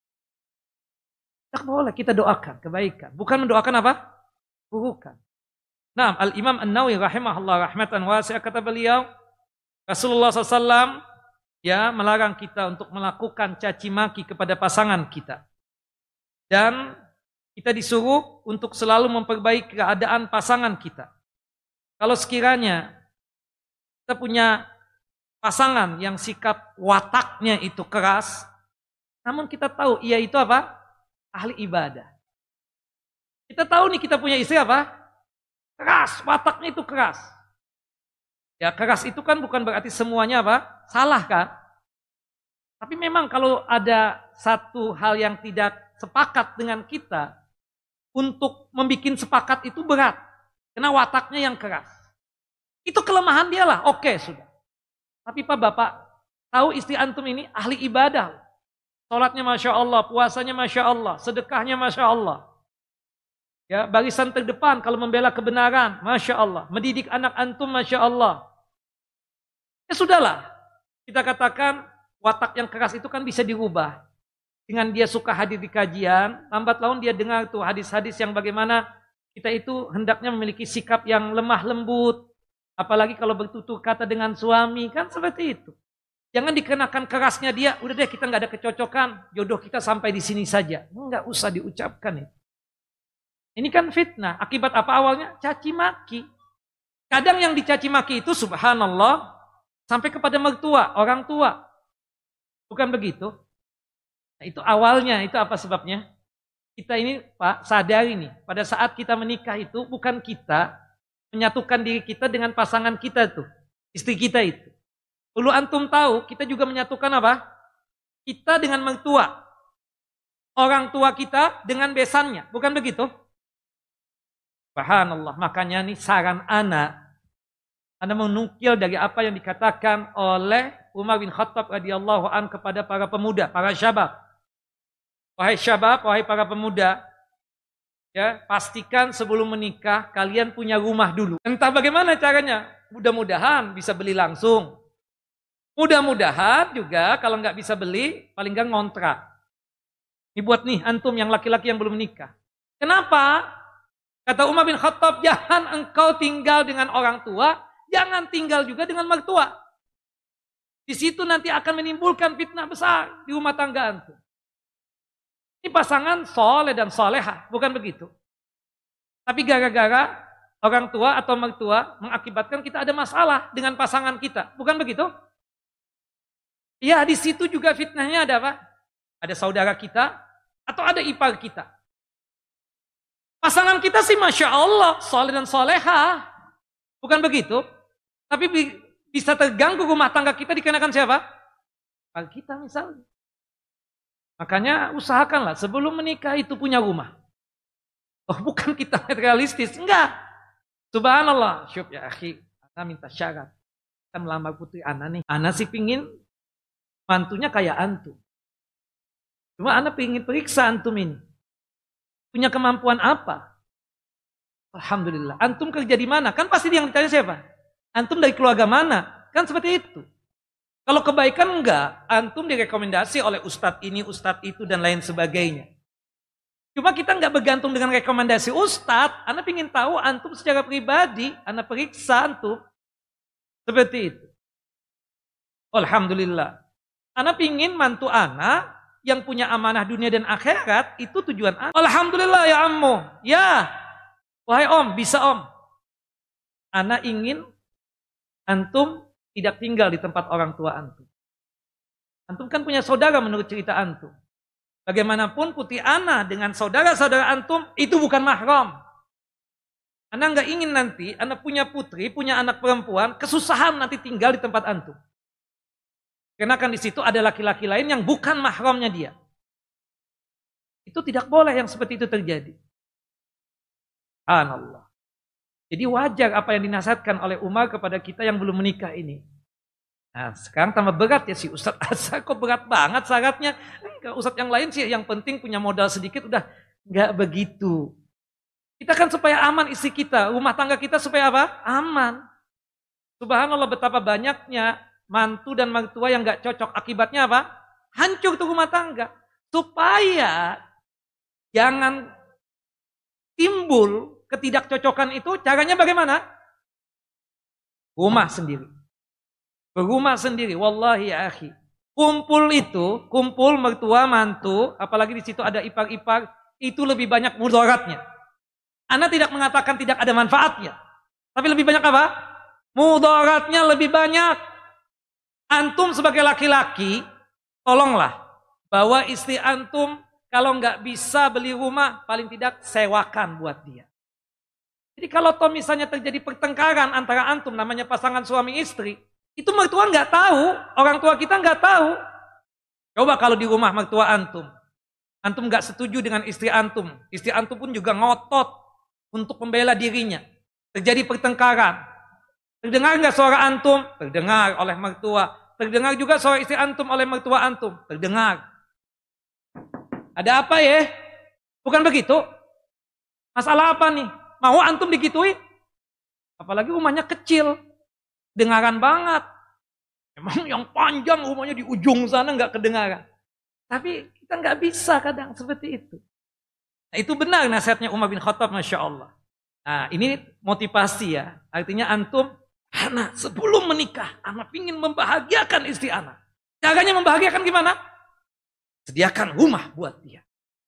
Tak boleh kita doakan kebaikan. Bukan mendoakan apa? Keburukan. Nah, Al-Imam An-Nawawi rahimahullah rahmatan wasi'ah kata beliau. Rasulullah shallallahu alaihi wasallam ya melarang kita untuk melakukan caci maki kepada pasangan kita. Dan kita disuruh untuk selalu memperbaiki keadaan pasangan kita. Kalau sekiranya kita punya pasangan yang sikap wataknya itu keras, namun kita tahu ia itu apa? Ahli ibadah. Kita tahu nih kita punya istri apa? Keras, wataknya itu keras. Ya keras itu kan bukan berarti semuanya apa? Salah kan? Tapi memang kalau ada satu hal yang tidak sepakat dengan kita, untuk membuat sepakat itu berat. Karena wataknya yang keras. Itu kelemahan dia lah, oke sudah. Tapi Pak Bapak, tahu istri antum ini ahli ibadah. Sholatnya Masya Allah, puasanya Masya Allah, sedekahnya Masya Allah. Ya, barisan terdepan kalau membela kebenaran, Masya Allah. Mendidik anak antum, Masya Allah. Ya sudahlah, kita katakan watak yang keras itu kan bisa dirubah. Dengan dia suka hadir di kajian, lambat laun dia dengar tuh hadis-hadis yang bagaimana kita itu hendaknya memiliki sikap yang lemah lembut. Apalagi kalau bertutur kata dengan suami, kan seperti itu. Jangan dikenakan kerasnya dia, udah deh kita nggak ada kecocokan, jodoh kita sampai di sini saja. Nggak usah diucapkan itu. Ini kan fitnah. Akibat apa awalnya? Caci maki. Kadang yang dicaci maki itu subhanallah sampai kepada mertua, orang tua. Bukan begitu? Nah, itu awalnya, itu apa sebabnya? Kita ini Pak sadari nih, pada saat kita menikah itu bukan kita menyatukan diri kita dengan pasangan kita tuh, istri kita itu. Perlu antum tahu, kita juga menyatukan apa? Kita dengan mertua. Orang tua kita dengan besannya, bukan begitu? Subhanallah, makanya nih saran ana, ana menukil dari apa yang dikatakan oleh Umar bin Khattab radhiyallahu an kepada para pemuda, para syabab. Wahai syabab, wahai para pemuda, ya pastikan sebelum menikah kalian punya rumah dulu. Entah bagaimana caranya, mudah-mudahan bisa beli langsung, Mudah-mudahan juga kalau nggak bisa beli, paling nggak ngontrak. Ini buat nih antum yang laki-laki yang belum menikah. Kenapa? Kata Umar bin Khattab, jangan engkau tinggal dengan orang tua, jangan tinggal juga dengan mertua. Di situ nanti akan menimbulkan fitnah besar di rumah tangga antum. Ini pasangan soleh dan soleha, bukan begitu? Tapi gara-gara orang tua atau mertua mengakibatkan kita ada masalah dengan pasangan kita, bukan begitu? Ya, di situ juga fitnahnya ada apa? Ada saudara kita atau ada ipar kita. Pasangan kita sih Masya Allah, soleh dan soleha. Bukan begitu? Tapi bisa terganggu rumah tangga kita dikenakan siapa? Ipar kita misalnya. Makanya usahakanlah sebelum menikah itu punya rumah. Oh bukan kita materialistis, enggak. Subhanallah, syup ya akhi. Ana minta syarat. Kita melamar putri Ana nih. Ana sih pingin mantunya kayak antum. Cuma Ana pingin periksa antum ini. Punya kemampuan apa? Alhamdulillah. Antum kerja di mana? Kan pasti yang ditanya siapa? Antum dari keluarga mana? Kan seperti itu. Kalau kebaikan enggak, antum direkomendasi oleh ustadz ini, ustadz itu, dan lain sebagainya. Cuma kita enggak bergantung dengan rekomendasi ustadz. Ana pingin tahu antum secara pribadi. Ana periksa antum. Seperti itu. Alhamdulillah. Ana pingin mantu ana yang punya amanah dunia dan akhirat, itu tujuan ana. Alhamdulillah ya ammu. Ya. Wahai om, bisa om. Ana ingin antum tidak tinggal di tempat orang tua antum. Antum kan punya saudara menurut cerita antum. Bagaimanapun putih ana dengan saudara-saudara antum itu bukan mahram. Ana nggak ingin nanti ana punya putri, punya anak perempuan, kesusahan nanti tinggal di tempat antum. Karena kan di situ ada laki-laki lain yang bukan mahramnya dia. Itu tidak boleh yang seperti itu terjadi. Subhanallah. Jadi wajar apa yang dinasihatkan oleh Umar kepada kita yang belum menikah ini. Nah sekarang tambah berat ya si Ustadz Asa, kok berat banget syaratnya. Enggak, Ustadz yang lain sih yang penting punya modal sedikit udah. Enggak begitu. Kita kan supaya aman istri kita, rumah tangga kita supaya apa? Aman. Subhanallah betapa banyaknya mantu dan mertua yang enggak cocok. Akibatnya apa? Hancur tuh rumah tangga. Supaya jangan timbul ketidakcocokan itu, caranya bagaimana? Rumah sendiri. Berumah sendiri. Wallahi ya akhi. Kumpul itu, kumpul mertua, mantu, apalagi di situ ada ipar-ipar, itu lebih banyak mudaratnya. Ana tidak mengatakan tidak ada manfaatnya. Tapi lebih banyak apa? Mudaratnya lebih banyak. Antum sebagai laki-laki, tolonglah bawa istri antum, kalau nggak bisa beli rumah, paling tidak sewakan buat dia. Jadi kalau toh misalnya terjadi pertengkaran antara antum, namanya pasangan suami istri, itu mertua nggak tahu, orang tua kita nggak tahu. Coba kalau di rumah mertua antum, antum nggak setuju dengan istri antum, istri antum pun juga ngotot untuk membela dirinya. Terjadi pertengkaran. Terdengar nggak suara antum? Terdengar oleh mertua. Terdengar juga suara istri antum oleh mertua antum. Terdengar. Ada apa ya? Bukan begitu? Masalah apa nih? Mau antum digituin? Apalagi rumahnya kecil. Dengaran banget. Memang yang panjang rumahnya di ujung sana nggak kedengaran. Tapi kita nggak bisa kadang seperti itu. Nah itu benar nasihatnya Umar bin Khattab, Masya Allah. Nah ini motivasi ya. Artinya antum, anak sebelum menikah, anak ingin membahagiakan istri anak. Caranya membahagiakan gimana? Sediakan rumah buat dia.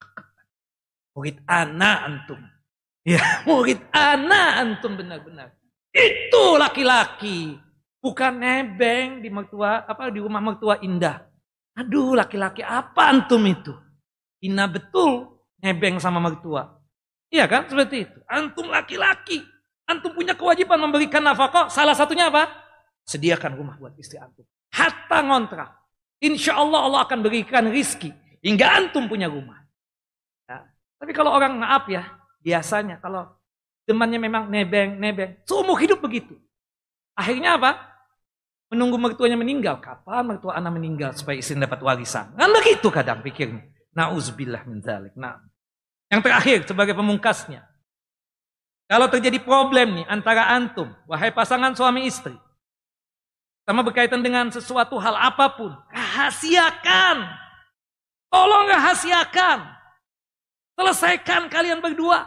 Murid anak antum. Ya, murid anak antum benar-benar. Itu laki-laki. Bukan nebeng di mertua, apa di rumah mertua indah. Aduh, laki-laki apa antum itu? Hina betul nebeng sama mertua. Iya kan? Seperti itu. Antum laki-laki. Antum punya kewajiban memberikan nafkah. Salah satunya apa? Sediakan rumah buat istri antum. Hatta ngontrak. Insya Allah Allah akan berikan rizki. Hingga antum punya rumah. Nah, tapi kalau orang maaf ya. Biasanya kalau temannya memang nebeng-nebeng. Seumur hidup begitu. Akhirnya apa? Menunggu mertuanya meninggal. Kapan mertua anak meninggal supaya istri dapat warisan? Kan begitu kadang pikirnya. Na'udzubillah min dzalik. Nah, yang terakhir sebagai pemungkasnya. Kalau terjadi problem nih antara antum, wahai pasangan suami istri. Sama berkaitan dengan sesuatu hal apapun. Rahasiakan. Tolong rahasiakan. Selesaikan kalian berdua.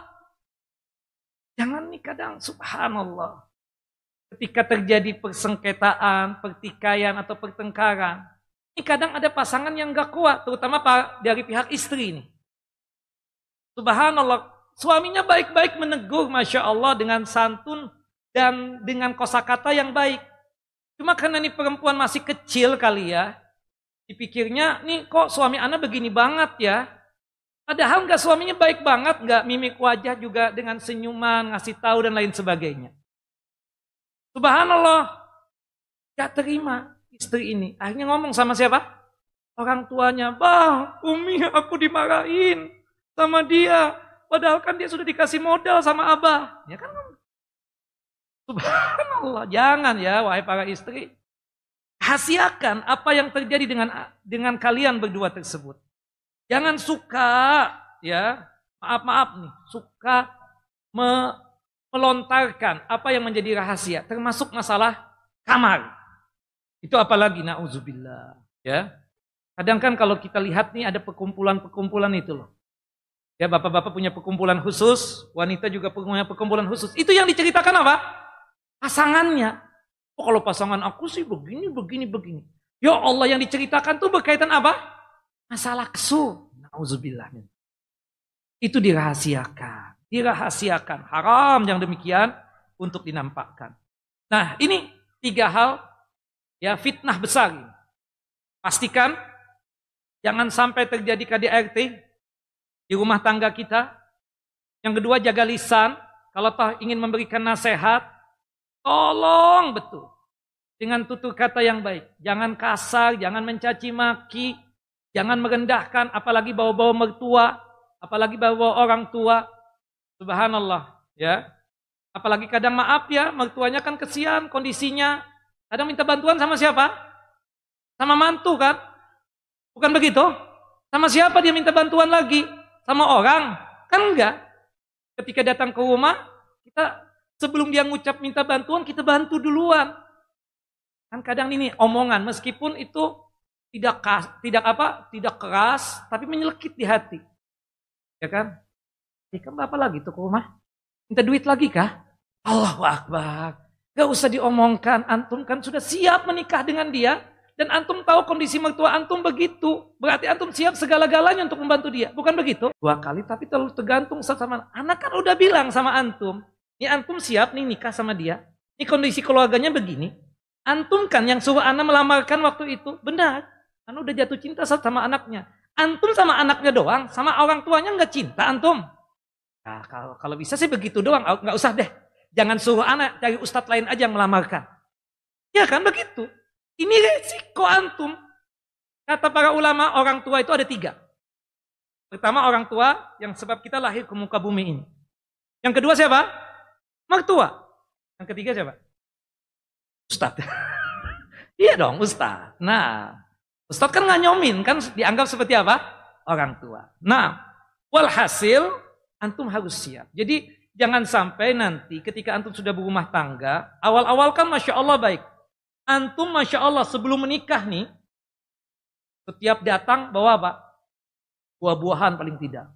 Jangan nih kadang subhanallah. Ketika terjadi persengketaan, pertikaian atau pertengkaran. Ini kadang ada pasangan yang gak kuat. Terutama dari pihak istri nih. Subhanallah. Suaminya baik-baik menegur Masya Allah dengan santun dan dengan kosakata yang baik. Cuma karena ini perempuan masih kecil kali ya. Dipikirnya, nih kok suami ana begini banget ya. Padahal nggak suaminya baik banget, nggak mimik wajah juga dengan senyuman, ngasih tahu dan lain sebagainya. Subhanallah, gak terima istri ini. Akhirnya ngomong sama siapa? Orang tuanya, bang, Umi aku dimarahin sama dia. Padahal kan dia sudah dikasih modal sama abah. Ya kan? Subhanallah, jangan ya wahai para istri. Rahasiakan apa yang terjadi dengan dengan kalian berdua tersebut. Jangan suka ya, maaf-maaf nih, suka me, melontarkan apa yang menjadi rahasia, termasuk masalah kamar. Itu apalagi na'udzubillah, ya. Kadang kan kalau kita lihat nih ada perkumpulan-perkumpulan itu loh. Ya, bapak-bapak punya perkumpulan khusus, wanita juga punya perkumpulan khusus. Itu yang diceritakan apa? Pasangannya. Oh, kalau pasangan aku sih begini, begini, begini. Ya Allah, yang diceritakan tuh berkaitan apa? Masalah kesu. Na'udzubillah. Itu dirahasiakan. Dirahasiakan. Haram yang demikian untuk dinampakkan. Nah, ini tiga hal ya fitnah besar. Pastikan jangan sampai terjadi K D R T di rumah tangga kita. Yang kedua, jaga lisan. Kalau toh ingin memberikan nasihat, tolong betul. Dengan tutur kata yang baik. Jangan kasar, jangan mencaci maki, jangan merendahkan, apalagi bawa-bawa mertua, apalagi bawa orang tua. Subhanallah, ya. Apalagi kadang maaf ya, mertuanya kan kesian kondisinya. Kadang minta bantuan sama siapa? Sama mantu kan? Bukan begitu? Sama siapa dia minta bantuan lagi? Sama orang? Kan enggak. Ketika datang ke rumah, kita sebelum dia ngucap minta bantuan, kita bantu duluan. Kan kadang ini omongan, meskipun itu tidak kas, tidak apa, tidak keras, tapi menyelekit di hati. Ya kan? Ya kan apa lagi tuh ke rumah? Minta duit lagi kah? Allahu Akbar. Gak usah diomongkan, antum kan sudah siap menikah dengan dia. Dan antum tahu kondisi mertua antum begitu. Berarti antum siap segala-galanya untuk membantu dia. Bukan begitu? Dua kali tapi terlalu tergantung sama anak kan udah bilang sama antum. Ini antum siap nih nikah sama dia. Ini kondisi keluarganya begini. Antum kan yang suruh anak melamarkan waktu itu. Benar. Anak udah jatuh cinta sama anaknya. Antum sama anaknya doang. Sama orang tuanya nggak cinta antum. Nah, kalau, kalau bisa sih begitu doang. Nggak usah deh. Jangan suruh anak cari ustadz lain aja yang melamarkan. Ya kan begitu. Ini resiko antum. Kata para ulama, orang tua itu ada tiga. Pertama orang tua yang sebab kita lahir ke muka bumi ini. Yang kedua siapa? Mertua. Yang ketiga siapa? Ustadz. Iya dong ustadz. Nah, ustadz kan nggak nyomin, kan dianggap seperti apa? Orang tua. Nah, walhasil antum harus siap. Jadi jangan sampai nanti ketika antum sudah berumah tangga, awal-awal kan Masya Allah baik. Antum Masya Allah sebelum menikah nih, setiap datang bawa apa? Buah-buahan paling tidak.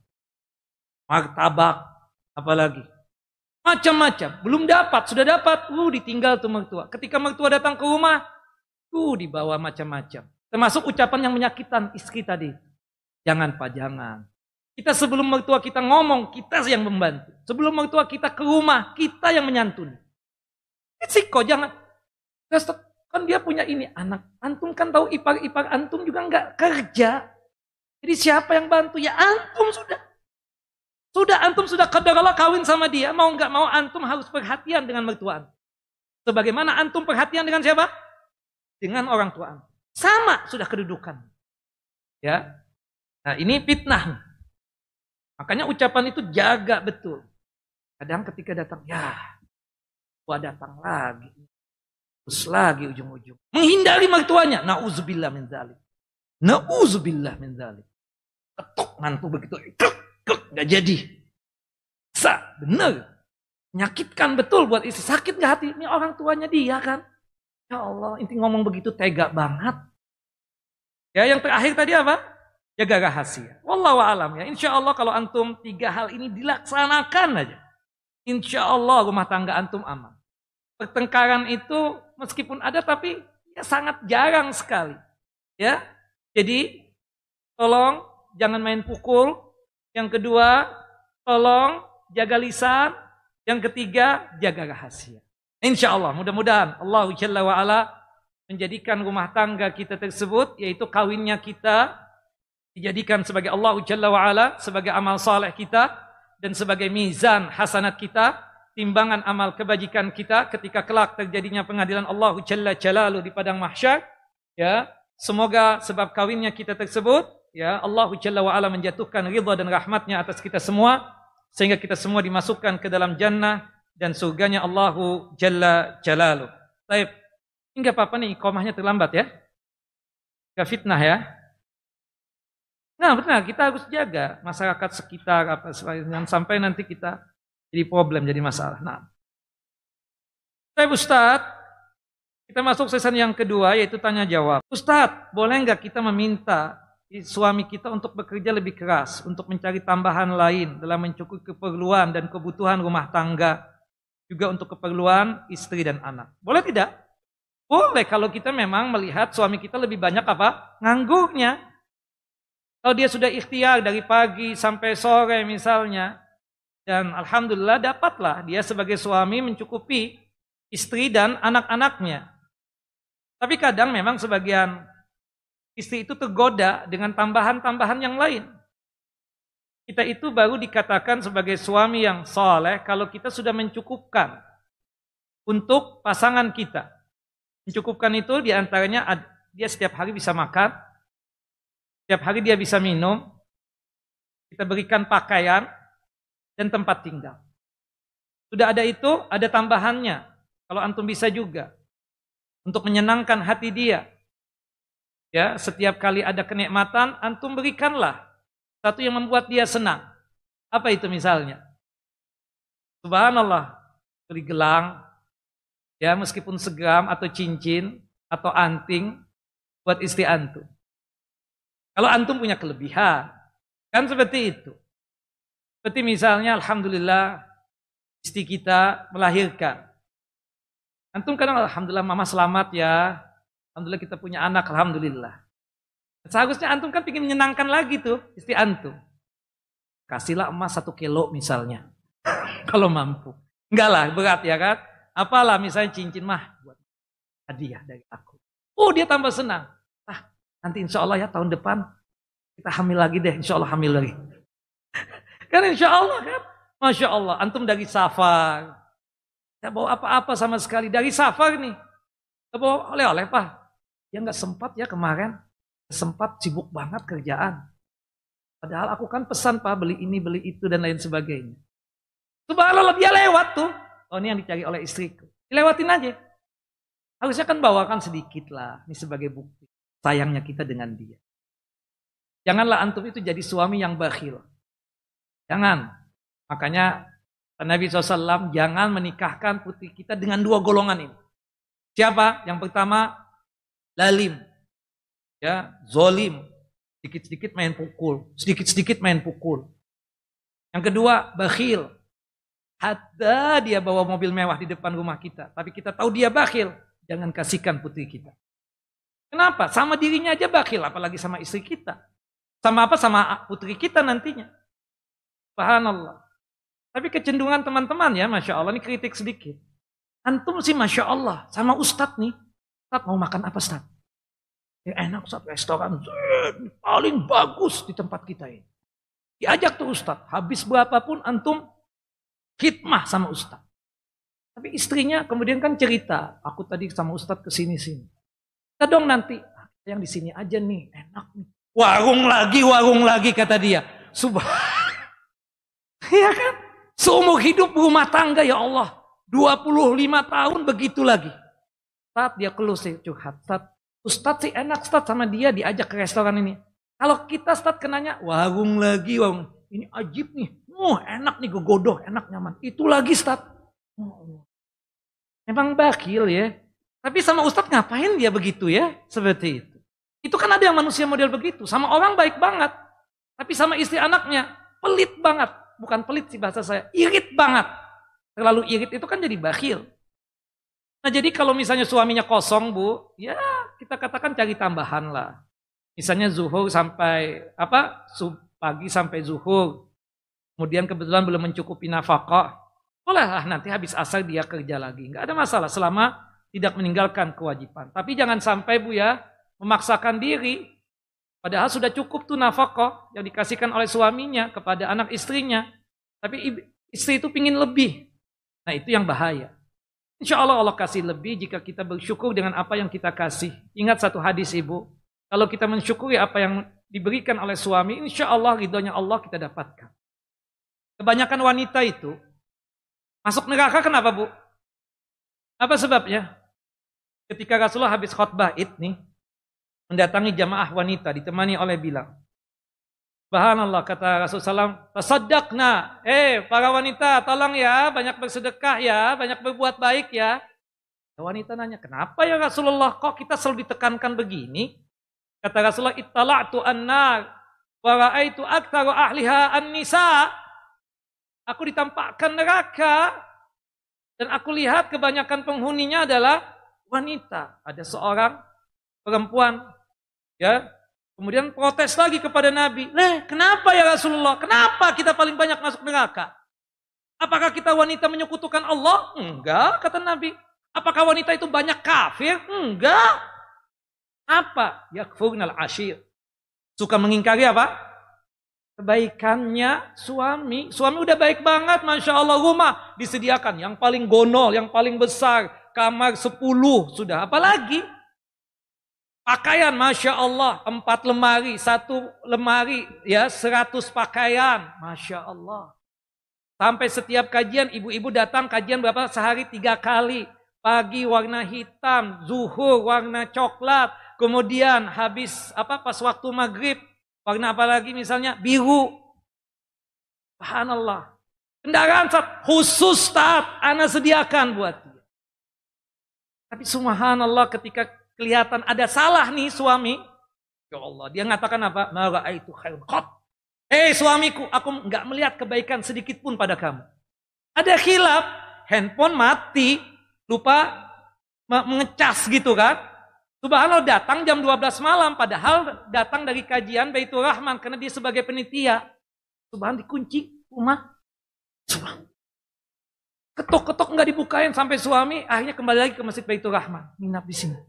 Martabak, apalagi. Macam-macam. Belum dapat, sudah dapat, uh ditinggal tuh mertua. Ketika mertua datang ke rumah, uh dibawa macam-macam. Termasuk ucapan yang menyakitkan istri tadi. Jangan Pak, jangan. Kita sebelum mertua kita ngomong, kita yang membantu. Sebelum mertua kita ke rumah, kita yang menyantuni. Risiko, jangan. Kan dia punya ini anak. Antum kan tahu ipar-ipar antum juga nggak kerja. Jadi siapa yang bantu? Ya antum sudah. Sudah antum sudah kadalah kawin sama dia. Mau nggak mau antum harus perhatian dengan mertua antum. Sebagaimana antum perhatian dengan siapa? Dengan orang tua antum. Sama sudah kedudukan. Ya. Nah ini fitnah. Makanya ucapan itu jaga betul. Kadang ketika datang, ya gua datang lagi. Terus lagi ujung-ujung. Menghindari mertuanya. Na'udzubillah min dzalik. Na'udzubillah min dzalik. Ketuk mantu begitu. Kek, kek, gak jadi. Sa, bener. Menyakitkan betul buat istri. Sakit gak hati? Ini orang tuanya dia kan. Ya Allah, inti ngomong begitu tega banget. Ya, yang terakhir tadi apa? Jaga rahasia. Wallahu a'lam ya. Insya Allah kalau antum tiga hal ini dilaksanakan aja, insya Allah rumah tangga antum aman. Pertengkaran itu meskipun ada tapi ya sangat jarang sekali. Ya, jadi tolong jangan main pukul. Yang kedua, tolong jaga lisan. Yang ketiga, jaga rahasia. Insya Allah, mudah-mudahan Allah Jalla wa'ala menjadikan rumah tangga kita tersebut, yaitu kawinnya kita, dijadikan sebagai Allah Jalla wa'ala, sebagai amal saleh kita, dan sebagai mizan hasanat kita, timbangan amal kebajikan kita, ketika kelak terjadinya pengadilan Allah Jalla Jalaluhu di padang mahsyar. Ya, semoga sebab kawinnya kita tersebut, ya Allah Jalla wa'ala menjatuhkan ridha dan rahmatnya atas kita semua, sehingga kita semua dimasukkan ke dalam jannah dan surganya Allahu Jalla Jalaluhu. Baik, enggak apa-apa nih iqamahnya terlambat ya. Enggak fitnah ya. Nah benar, kita harus jaga masyarakat sekitar apa jangan sampai nanti kita jadi problem, jadi masalah. Nah, baik Ustaz, kita masuk season yang kedua yaitu tanya jawab. Ustaz, boleh enggak kita meminta suami kita untuk bekerja lebih keras untuk mencari tambahan lain dalam mencukupi keperluan dan kebutuhan rumah tangga, juga untuk keperluan istri dan anak? Boleh tidak? Boleh kalau kita memang melihat suami kita lebih banyak apa? Nganggurnya. Kalau dia sudah ikhtiar dari pagi sampai sore misalnya, dan alhamdulillah dapatlah dia sebagai suami mencukupi istri dan anak-anaknya. Tapi kadang memang sebagian istri itu tergoda dengan tambahan-tambahan yang lain. Kita itu baru dikatakan sebagai suami yang saleh kalau kita sudah mencukupkan untuk pasangan kita. Mencukupkan itu diantaranya dia setiap hari bisa makan, setiap hari dia bisa minum, kita berikan pakaian dan tempat tinggal. Sudah ada itu, ada tambahannya. Kalau antum bisa juga untuk menyenangkan hati dia. Ya, setiap kali ada kenikmatan, antum berikanlah satu yang membuat dia senang. Apa itu misalnya? Subhanallah, beli gelang, ya meskipun segram atau cincin atau anting buat istri antum. Kalau antum punya kelebihan, kan seperti itu. Seperti misalnya, alhamdulillah istri kita melahirkan. Antum kadang alhamdulillah mama selamat ya. Alhamdulillah kita punya anak, alhamdulillah. Seharusnya antum kan ingin menyenangkan lagi tuh istri antum. Kasihlah emas satu kilo misalnya. Kalau mampu. Enggak lah, berat ya kan. Apalah misalnya cincin mah buat hadiah dari aku. Oh dia tambah senang. Ah nanti insya Allah ya tahun depan kita hamil lagi deh. Insya Allah hamil lagi. Kan insya Allah kan. Masya Allah. Antum dari safar. Tidak bawa apa-apa sama sekali. Dari safar nih. Tidak bawa oleh-oleh pak. Ya nggak sempat ya kemarin. Sempat sibuk banget kerjaan. Padahal aku kan pesan pak beli ini beli itu dan lain sebagainya. Subhanallah dia lewat tuh. Oh ini yang dicari oleh istriku. Dilewatin aja. Harusnya kan bawakan sedikit lah. Ini sebagai bukti sayangnya kita dengan dia. Janganlah antum itu jadi suami yang bakhil. Jangan. Makanya Nabi shallallahu alaihi wasallam jangan menikahkan putri kita dengan dua golongan ini. Siapa? Yang pertama lalim. Ya, zolim, sedikit-sedikit main pukul, sedikit-sedikit main pukul. Yang kedua, bakhil. Hatta dia bawa mobil mewah di depan rumah kita, tapi kita tahu dia bakhil, jangan kasihkan putri kita. Kenapa? Sama dirinya aja bakhil, apalagi sama istri kita. Sama apa? Sama putri kita nantinya. Subhanallah. Tapi kecenderungan teman-teman ya, Masya Allah, ini kritik sedikit. Antum sih Masya Allah, sama Ustadz nih. Ustadz mau makan apa Ustadz? Ya enak Ustaz, restoran paling bagus di tempat kita ini. Diajak tuh Ustaz, habis berapapun antum khidmah sama Ustaz. Tapi istrinya kemudian kan cerita, aku tadi sama Ustaz kesini-sini. Kita dong nanti, yang di sini aja nih, enak nih. Warung lagi, warung lagi kata dia. Subhanallah. Iya kan? Seumur hidup rumah tangga ya Allah. dua puluh lima tahun begitu lagi. Saat dia keluh sih curhat, Ustaz. Ustadz sih enak Ustadz sama dia diajak ke restoran ini. Kalau kita Ustadz kenanya warung lagi, warung. Ini ajib nih. Oh enak nih gegodoh, enak nyaman. Itu lagi Ustadz. Oh. Memang bakhil ya. Tapi sama ustadz ngapain dia begitu ya? Seperti itu. Itu kan ada yang manusia model begitu. Sama orang baik banget. Tapi sama istri anaknya pelit banget. Bukan pelit sih bahasa saya. Irit banget. Terlalu irit itu kan jadi bakhil. Nah jadi kalau misalnya suaminya kosong bu. Ya kita katakan cari tambahan lah. Misalnya zuhur sampai apa? Pagi sampai zuhur. Kemudian kebetulan belum mencukupi nafkah. Bolehlah nanti habis asar dia kerja lagi. Nggak ada masalah selama tidak meninggalkan kewajiban. Tapi jangan sampai bu ya, memaksakan diri. Padahal sudah cukup tuh nafkah yang dikasihkan oleh suaminya kepada anak istrinya. Tapi istri itu pingin lebih. Nah itu yang bahaya. Insya Allah Allah kasih lebih jika kita bersyukur dengan apa yang kita kasih. Ingat satu hadis ibu. Kalau kita mensyukuri apa yang diberikan oleh suami, insya Allah ridhonya Allah kita dapatkan. Kebanyakan wanita itu masuk neraka kenapa bu? Apa sebabnya? Ketika Rasulullah habis khutbah id nih, mendatangi jamaah wanita ditemani oleh Bilal. Subhanallah kata Rasulullah shallallahu alaihi wasallam, tasaddaqna, eh para wanita tolong ya, banyak bersedekah ya, banyak berbuat baik ya. Wanita nanya, kenapa ya Rasulullah kok kita selalu ditekankan begini? Kata Rasulullah, ittala'tu an-nar wa ra'aitu aktsaru ahliha an-nisa. Aku ditampakkan neraka dan aku lihat kebanyakan penghuninya adalah wanita. Ada seorang perempuan ya, kemudian protes lagi kepada Nabi. "Leh, kenapa ya Rasulullah? Kenapa kita paling banyak masuk neraka? Apakah kita wanita menyekutukan Allah?" "Enggak," kata Nabi. "Apakah wanita itu banyak kafir?" "Enggak." "Apa?" "Yakfurnal ashir." Suka mengingkari apa? Kebaikannya suami. Suami udah baik banget, Masya Allah, rumah disediakan. Yang paling gonol, yang paling besar. Kamar sepuluh sudah. Apalagi? Pakaian, Masya Allah. Empat lemari, satu lemari, ya seratus pakaian. Masya Allah. Sampai setiap kajian, ibu-ibu datang kajian berapa? Sehari tiga kali. Pagi warna hitam, zuhur warna coklat. Kemudian habis apa pas waktu maghrib. Warna apa lagi misalnya? Biru. Subhanallah. Kendaraan khusus taat ana sediakan buat dia. Tapi subhanallah ketika kelihatan ada salah nih suami. Ya Allah, dia ngatakan apa? Ma ra'aitu khairun qat. Eh suamiku, aku enggak melihat kebaikan sedikit pun pada kamu. Ada khilaf, handphone mati, lupa mengecas gitu kan. Subhanallah datang jam dua belas malam, padahal datang dari kajian Baitur Rahman karena dia sebagai penitia. Subhanallah dikunci rumah. Subhanallah. Ketok-ketok enggak dibukain sampai suami akhirnya kembali lagi ke Masjid Baitur Rahman, nginap di sini.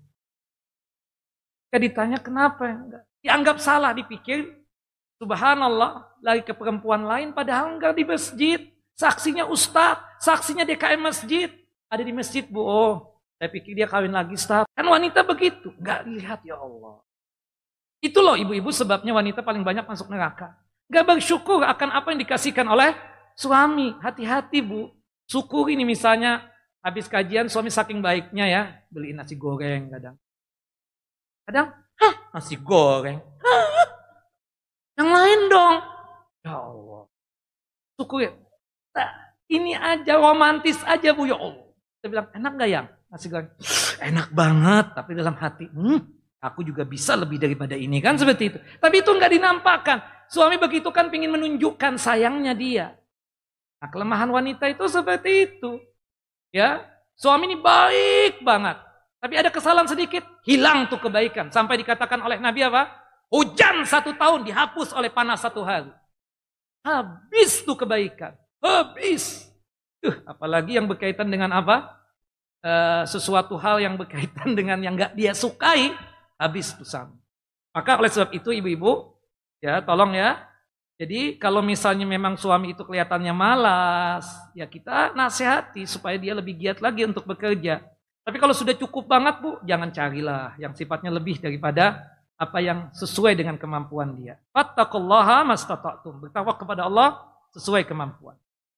Ketika ditanya kenapa enggak? Dianggap salah, dipikir subhanallah lari ke perempuan lain padahal enggak di masjid. Saksinya ustaz, saksinya D K M masjid. Ada di masjid, Bu. Oh. Saya pikir dia kawin lagi, Ustaz. Kan wanita begitu. Enggak lihat, ya Allah. Itu loh ibu-ibu sebabnya wanita paling banyak masuk neraka. Enggak bersyukur akan apa yang dikasihkan oleh suami. Hati-hati bu. Syukur ini misalnya habis kajian suami saking baiknya ya. Beliin nasi goreng kadang. Kadang, hah nasi goreng. Hah, yang lain dong. Ya Allah. Syukur ya. Nah, ini aja romantis aja bu, ya Allah. Saya bilang enak gak yang? Nasi goreng, enak banget, tapi dalam hati, hmm, aku juga bisa lebih daripada ini kan seperti itu. Tapi itu nggak dinampakkan. Suami begitu kan pingin menunjukkan sayangnya dia. Nah kelemahan wanita itu seperti itu, ya. Suami ini baik banget, tapi ada kesalahan sedikit, hilang tuh kebaikan. Sampai dikatakan oleh Nabi apa? Hujan satu tahun dihapus oleh panas satu hari. Habis tuh kebaikan, habis. Uh, apalagi yang berkaitan dengan apa? Uh, sesuatu hal yang berkaitan dengan yang gak dia sukai, habis tuh sama. Maka oleh sebab itu ibu-ibu, ya tolong ya. Jadi kalau misalnya memang suami itu kelihatannya malas, ya kita nasihati supaya dia lebih giat lagi untuk bekerja. Tapi kalau sudah cukup banget bu, jangan carilah yang sifatnya lebih daripada apa yang sesuai dengan kemampuan dia. Fattaqullaha mastata'tum. Bertakwa kepada Allah sesuai kemampuan.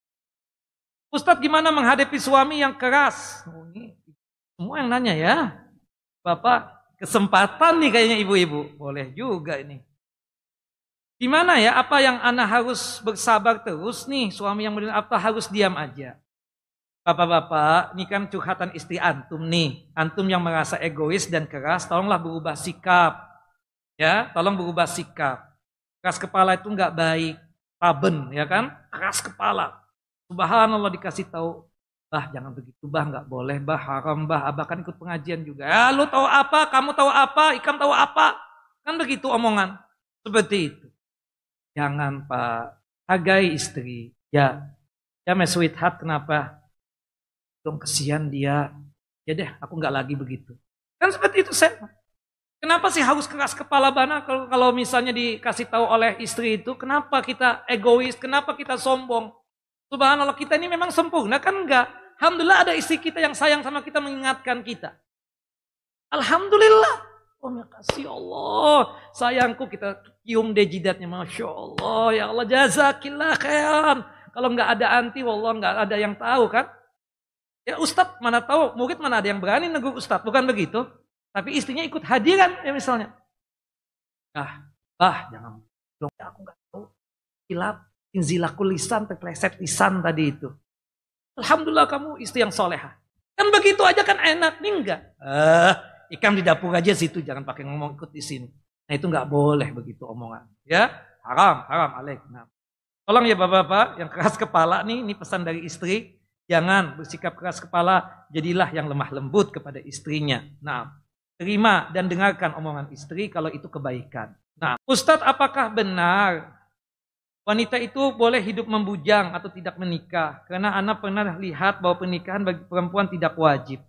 Ustadz gimana menghadapi suami yang keras? Oh, ini semua yang nanya ya. Bapak kesempatan nih kayaknya ibu-ibu. Boleh juga ini. Gimana ya? Apa yang anak harus bersabar terus nih? Suami yang model apa harus diam aja? Bapak-bapak, ini kan curhatan istri antum nih. Antum yang merasa egois dan keras, tolonglah berubah sikap. Ya, tolong berubah sikap. Keras kepala itu nggak baik. Taben, ya kan? Keras kepala. Subhanallah dikasih tahu, bah jangan begitu, bah nggak boleh, bah haram, bah abah kan ikut pengajian juga. Ya, lu tahu apa? Kamu tahu apa? Ikam tahu apa? Kan begitu omongan. Seperti itu. Jangan Pak, hargai istri. Ya, ya my sweetheart, kenapa? Dong kesian dia. Ya deh, aku nggak lagi begitu. Kan seperti itu saya. Kenapa sih harus keras kepala bana kalau kalau misalnya dikasih tahu oleh istri itu? Kenapa kita egois? Kenapa kita sombong? Subhanallah, kita ini memang sempurna kan enggak? Alhamdulillah ada istri kita yang sayang sama kita, mengingatkan kita. Alhamdulillah. Oh makasih Allah. Sayangku, kita cium deh jidatnya. Masya Allah. Ya Allah, jazakillah khairan. Kalau enggak ada anti, wallah enggak ada yang tahu kan? Ya Ustadz mana tahu, murid mana ada yang berani negur Ustadz. Bukan begitu. Tapi istrinya ikut hadiran ya misalnya. Ah, bah jangan. Dong, aku enggak tahu. Hilap. Inzilakul lisan, terpleset lisan tadi itu. Alhamdulillah kamu istri yang soleha. Kan begitu aja kan enak, nih enggak. Eh, ikam di dapur aja situ, jangan pakai ngomong ikut di sini. Nah itu enggak boleh begitu omongan. Ya, haram, haram alaik. Nah, tolong ya bapak-bapak yang keras kepala nih, ini pesan dari istri. Jangan bersikap keras kepala, jadilah yang lemah lembut kepada istrinya. Nah, terima dan dengarkan omongan istri kalau itu kebaikan. Nah, Ustadz apakah benar wanita itu boleh hidup membujang atau tidak menikah? Karena anak pernah lihat bahwa pernikahan bagi perempuan tidak wajib.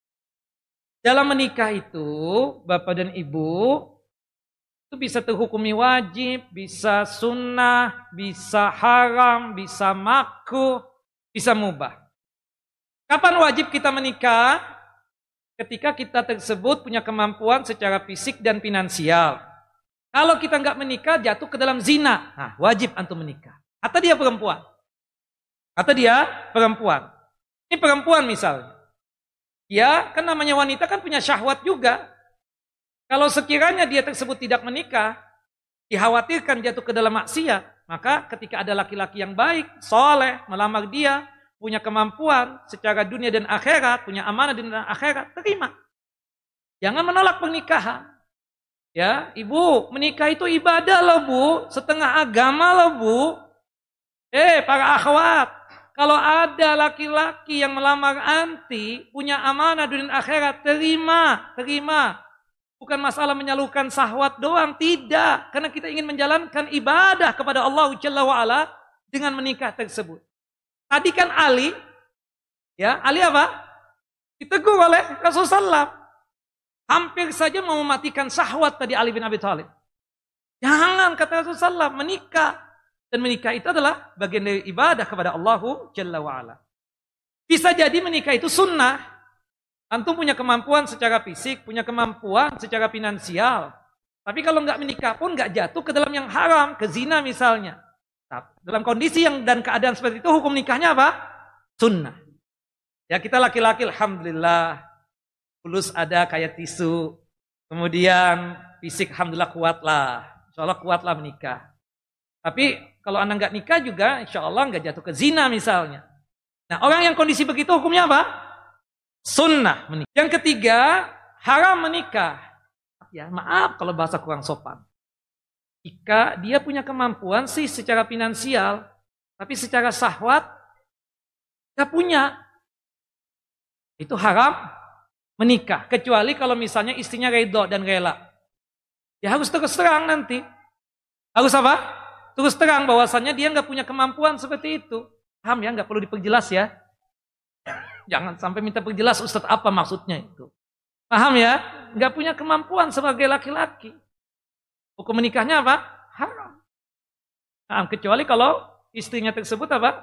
Dalam menikah itu, bapak dan ibu, itu bisa terhukumi wajib, bisa sunnah, bisa haram, bisa makruh, bisa mubah. Kapan wajib kita menikah? Ketika kita tersebut punya kemampuan secara fisik dan finansial. Kalau kita nggak menikah, jatuh ke dalam zina. Nah, wajib antum menikah. Atau dia perempuan. Atau dia perempuan. Ini perempuan misalnya. Ya, kan namanya wanita kan punya syahwat juga. Kalau sekiranya dia tersebut tidak menikah, dikhawatirkan jatuh ke dalam maksiat. Maka ketika ada laki-laki yang baik, soleh, melamar dia, punya kemampuan secara dunia dan akhirat, punya amanah dunia dan akhirat, terima. Jangan menolak pernikahan. Ya, ibu, menikah itu ibadah loh bu, setengah agama loh bu. Eh, para akhwat, kalau ada laki-laki yang melamar anti, punya amanah dunia akhirat, terima, terima. Bukan masalah menyalurkan syahwat doang, tidak. Karena kita ingin menjalankan ibadah kepada Allah Jalla wa'ala dengan menikah tersebut. Tadi kan Ali, ya, Ali apa? Ditegur oleh Rasulullah sallallahu alaihi wasallam. Hampir saja mau mematikan syahwat tadi Ali bin Abi Thalib. Jangan, kata Rasulullah sallallahu alaihi wasallam, menikah. Dan menikah itu adalah bagian dari ibadah kepada Allah Jalla wa'ala. Bisa jadi menikah itu sunnah. Antum punya kemampuan secara fisik, punya kemampuan secara finansial. Tapi kalau nggak menikah pun nggak jatuh ke dalam yang haram, ke zina misalnya. Dalam kondisi yang dan keadaan seperti itu, hukum nikahnya apa? Sunnah. Ya kita laki-laki, alhamdulillah. Fulus ada kayak tisu. Kemudian fisik alhamdulillah kuatlah. Insya Allah kuatlah menikah. Tapi kalau anda nggak nikah juga, insya Allah nggak jatuh ke zina misalnya. Nah orang yang kondisi begitu hukumnya apa? Sunnah menikah. Yang ketiga, haram menikah. Ya maaf kalau bahasa kurang sopan. Jika dia punya kemampuan sih secara finansial, tapi secara syahwat nggak punya. Itu haram menikah, kecuali kalau misalnya istrinya ridho dan rela. Ya harus terus terang nanti. Harus apa? Terus terang bahwasannya dia nggak punya kemampuan seperti itu. Paham ya? Nggak perlu diperjelas ya. Jangan sampai minta perjelas Ustadz apa maksudnya itu. Paham ya? Nggak punya kemampuan sebagai laki-laki. Hukum menikahnya apa? Haram. Nah, kecuali kalau istrinya tersebut apa?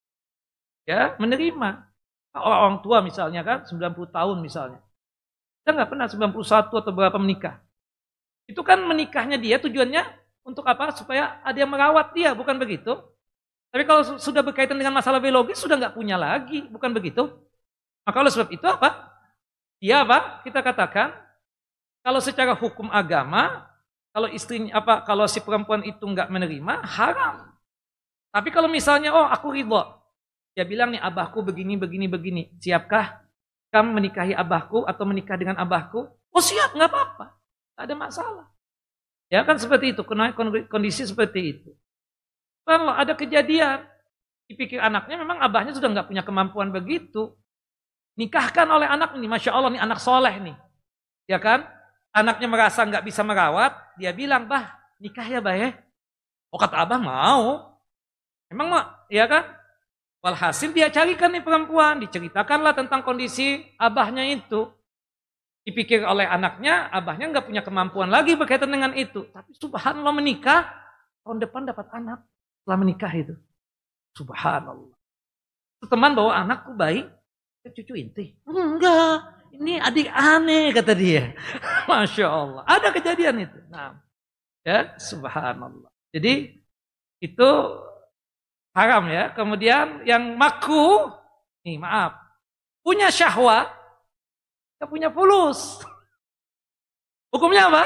Ya menerima. Orang tua misalnya kan, sembilan puluh tahun misalnya. Kita nggak pernah sembilan puluh satu atau berapa menikah. Itu kan menikahnya dia tujuannya untuk apa? Supaya ada yang merawat dia, bukan begitu? Tapi kalau sudah berkaitan dengan masalah biologis, sudah nggak punya lagi, bukan begitu? Maka oleh sebab itu apa? Dia apa? Kita katakan, kalau secara hukum agama, kalau istrinya apa? Kalau si perempuan itu nggak menerima, haram. Tapi kalau misalnya, oh aku ridho. Dia bilang nih, abahku begini, begini, begini. Siapkah kamu menikahi abahku atau menikah dengan abahku? Oh siap, nggak apa-apa. Nggak ada masalah. Ya kan seperti itu, kondisi seperti itu. Kalau ada kejadian, dipikir anaknya memang abahnya sudah nggak punya kemampuan begitu. Nikahkan oleh anak ini, Masya Allah nih anak soleh nih. Ya kan? Anaknya merasa nggak bisa merawat, dia bilang, bah nikah ya bah ya. Oh kata abah mau. Emang mau, ya kan? Walhasil dia carikan nih perempuan, diceritakanlah tentang kondisi abahnya itu. Dipikir oleh anaknya, abahnya nggak punya kemampuan lagi berkaitan dengan itu. Tapi subhanallah menikah, tahun depan dapat anak setelah menikah itu. Subhanallah. Teman bawa anakku baik, cucu inti. Enggak, ini adik aneh kata dia. Masya Allah, ada kejadian itu. Nah, ya subhanallah. Jadi itu haram ya. Kemudian yang makruh, nih maaf, punya syahwat, gak punya fulus. Hukumnya apa?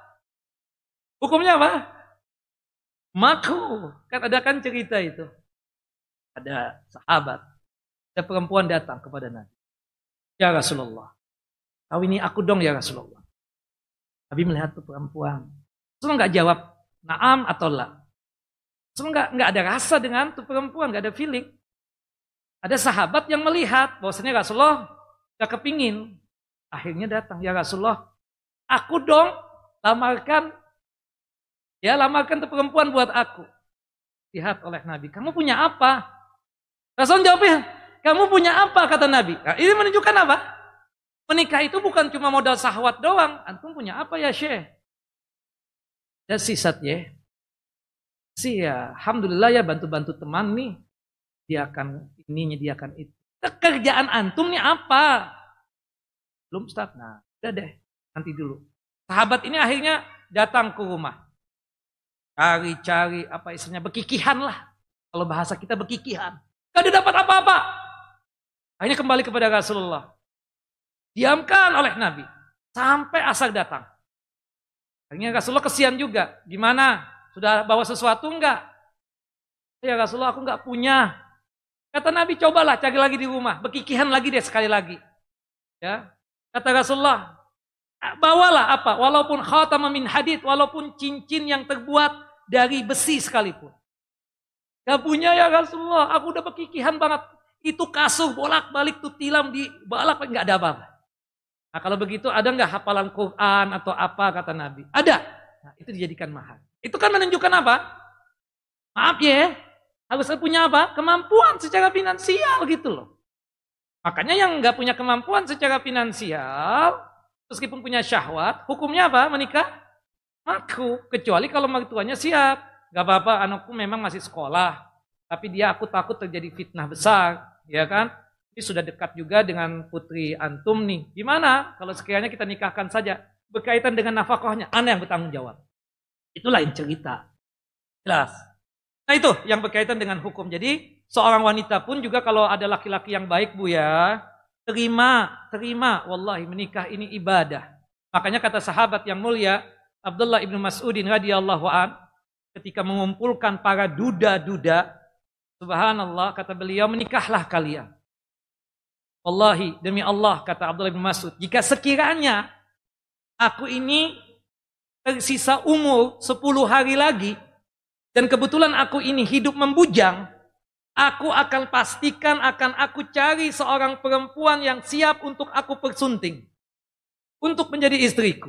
Hukumnya apa? Makruh. Kan ada kan cerita itu. Ada sahabat, ada perempuan datang kepada Nabi. Ya Rasulullah, kawini aku dong ya Rasulullah. Nabi melihat tuh perempuan. Rasulullah nggak jawab naam atau la. Rasulullah nggak nggak ada rasa dengan tuh perempuan, nggak ada feeling. Ada sahabat yang melihat bahwasanya Rasulullah nggak kepingin. Akhirnya datang, ya Rasulullah, aku dong lamarkan, ya lamarkan tuh perempuan buat aku. Lihat oleh Nabi, kamu punya apa? Rasulullah jawabnya, kamu punya apa kata Nabi? Nah, ini menunjukkan apa? Menikah itu bukan cuma modal syahwat doang. Antum punya apa ya Syekh? Dan sisat ya. Si ya, alhamdulillah ya bantu-bantu teman nih. Dia akan ini, dia akan itu. Kerjaan antum nih apa? Belum Ustaz. Nah, udah deh, nanti dulu. Sahabat ini akhirnya datang ke rumah. Cari-cari apa istilahnya, bekikihan lah. Kalau bahasa kita bekikihan. Gak ada dapat apa-apa. Akhirnya kembali kepada Rasulullah. Diamkan oleh Nabi. Sampai asar datang. Akhirnya Rasulullah kesian juga. Gimana? Sudah bawa sesuatu enggak? Ya Rasulullah aku enggak punya. Kata Nabi cobalah cari lagi di rumah. Bekikihan lagi deh sekali lagi. Ya. Kata Rasulullah. Bawalah apa? Walaupun khatam min hadid. Walaupun cincin yang terbuat dari besi sekalipun. Gak punya ya Rasulullah, aku udah bekikihan banget. Itu kasur bolak-balik tuh tilam di balak nggak ada apa-apa. Nah kalau begitu ada nggak hafalan Quran atau apa kata Nabi? Ada. Nah, itu dijadikan mahar. Itu kan menunjukkan apa? Maaf ya, harus punya apa? Kemampuan secara finansial gitu loh. Makanya yang nggak punya kemampuan secara finansial, meskipun punya syahwat, hukumnya apa? Menikah? Makruh. Kecuali kalau mertuanya siap. Gak apa-apa, anakku memang masih sekolah, tapi dia aku takut terjadi fitnah besar, ya kan? Ini sudah dekat juga dengan putri antum nih. Gimana kalau sekiranya kita nikahkan saja berkaitan dengan nafkahnya? Ana yang bertanggung jawab. Itu lain cerita. Jelas. Nah itu yang berkaitan dengan hukum. Jadi seorang wanita pun juga kalau ada laki-laki yang baik bu ya, terima, terima. Wallahi menikah ini ibadah. Makanya kata sahabat yang mulia Abdullah ibnu Mas'udin radhiyallahu an, ketika mengumpulkan para duda-duda, subhanallah, kata beliau, menikahlah kalian. Wallahi, demi Allah, kata Abdullah bin Mas'ud, jika sekiranya aku ini tersisa umur sepuluh hari lagi, dan kebetulan aku ini hidup membujang, aku akan pastikan akan aku cari seorang perempuan yang siap untuk aku persunting, untuk menjadi istriku.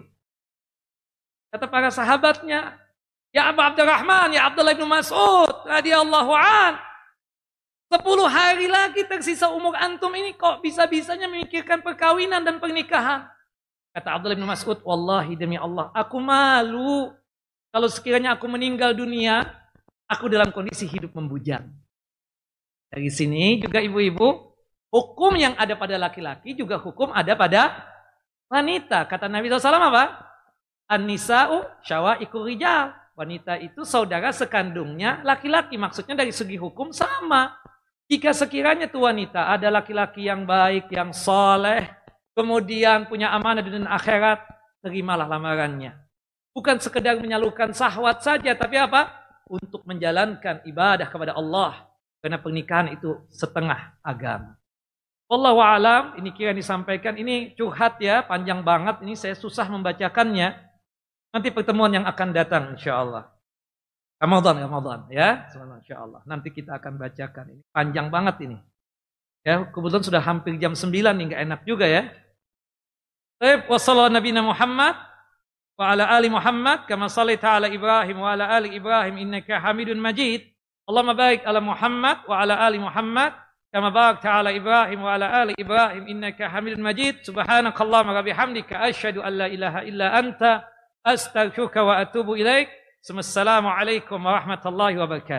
Kata para sahabatnya, ya Abu Abdurrahman, ya Abdullah bin Mas'ud radhiyallahu an. Sepuluh hari lagi tersisa umur antum ini kok bisa-bisanya memikirkan perkawinan dan pernikahan. Kata Abdullah bin Mas'ud, wallahi demi Allah, aku malu kalau sekiranya aku meninggal dunia, aku dalam kondisi hidup membujang. Dari sini juga ibu-ibu, hukum yang ada pada laki-laki juga hukum ada pada wanita. Kata Nabi shallallahu alaihi wasallam apa? An-nisa'u syawaiqur rijal. Wanita itu saudara sekandungnya laki-laki. Maksudnya dari segi hukum sama. Jika sekiranya tuh wanita ada laki-laki yang baik, yang soleh, kemudian punya amanah dunia akhirat, terimalah lamarannya. Bukan sekedar menyalurkan syahwat saja, tapi apa? Untuk menjalankan ibadah kepada Allah. Karena pernikahan itu setengah agama. Wallahu a'lam, ini kira disampaikan. Ini curhat ya, panjang banget. Ini saya susah membacakannya. Nanti pertemuan yang akan datang insyaallah. Ramadan, Ramadan ya. Insyaallah. Nanti kita akan bacakan. Ini panjang banget ini. Ya, kebetulan sudah hampir jam sembilan nih, enggak enak juga ya. Baik, wassallallahu nabiyana Muhammad wa ala ali Muhammad kama shallaita ala Ibrahim wa ala ali Ibrahim innaka Hamidun Majid. Allahumma barik ala Muhammad wa ala ali Muhammad kama barakta ala Ibrahim wa ala ali Ibrahim innaka Hamidun Majid. Subhanakallahumma wa bihamdika asyhadu an la ilaha illa anta astaghfiruka wa atubu ilaik. Assalamualaikum warahmatullahi wabarakatuh.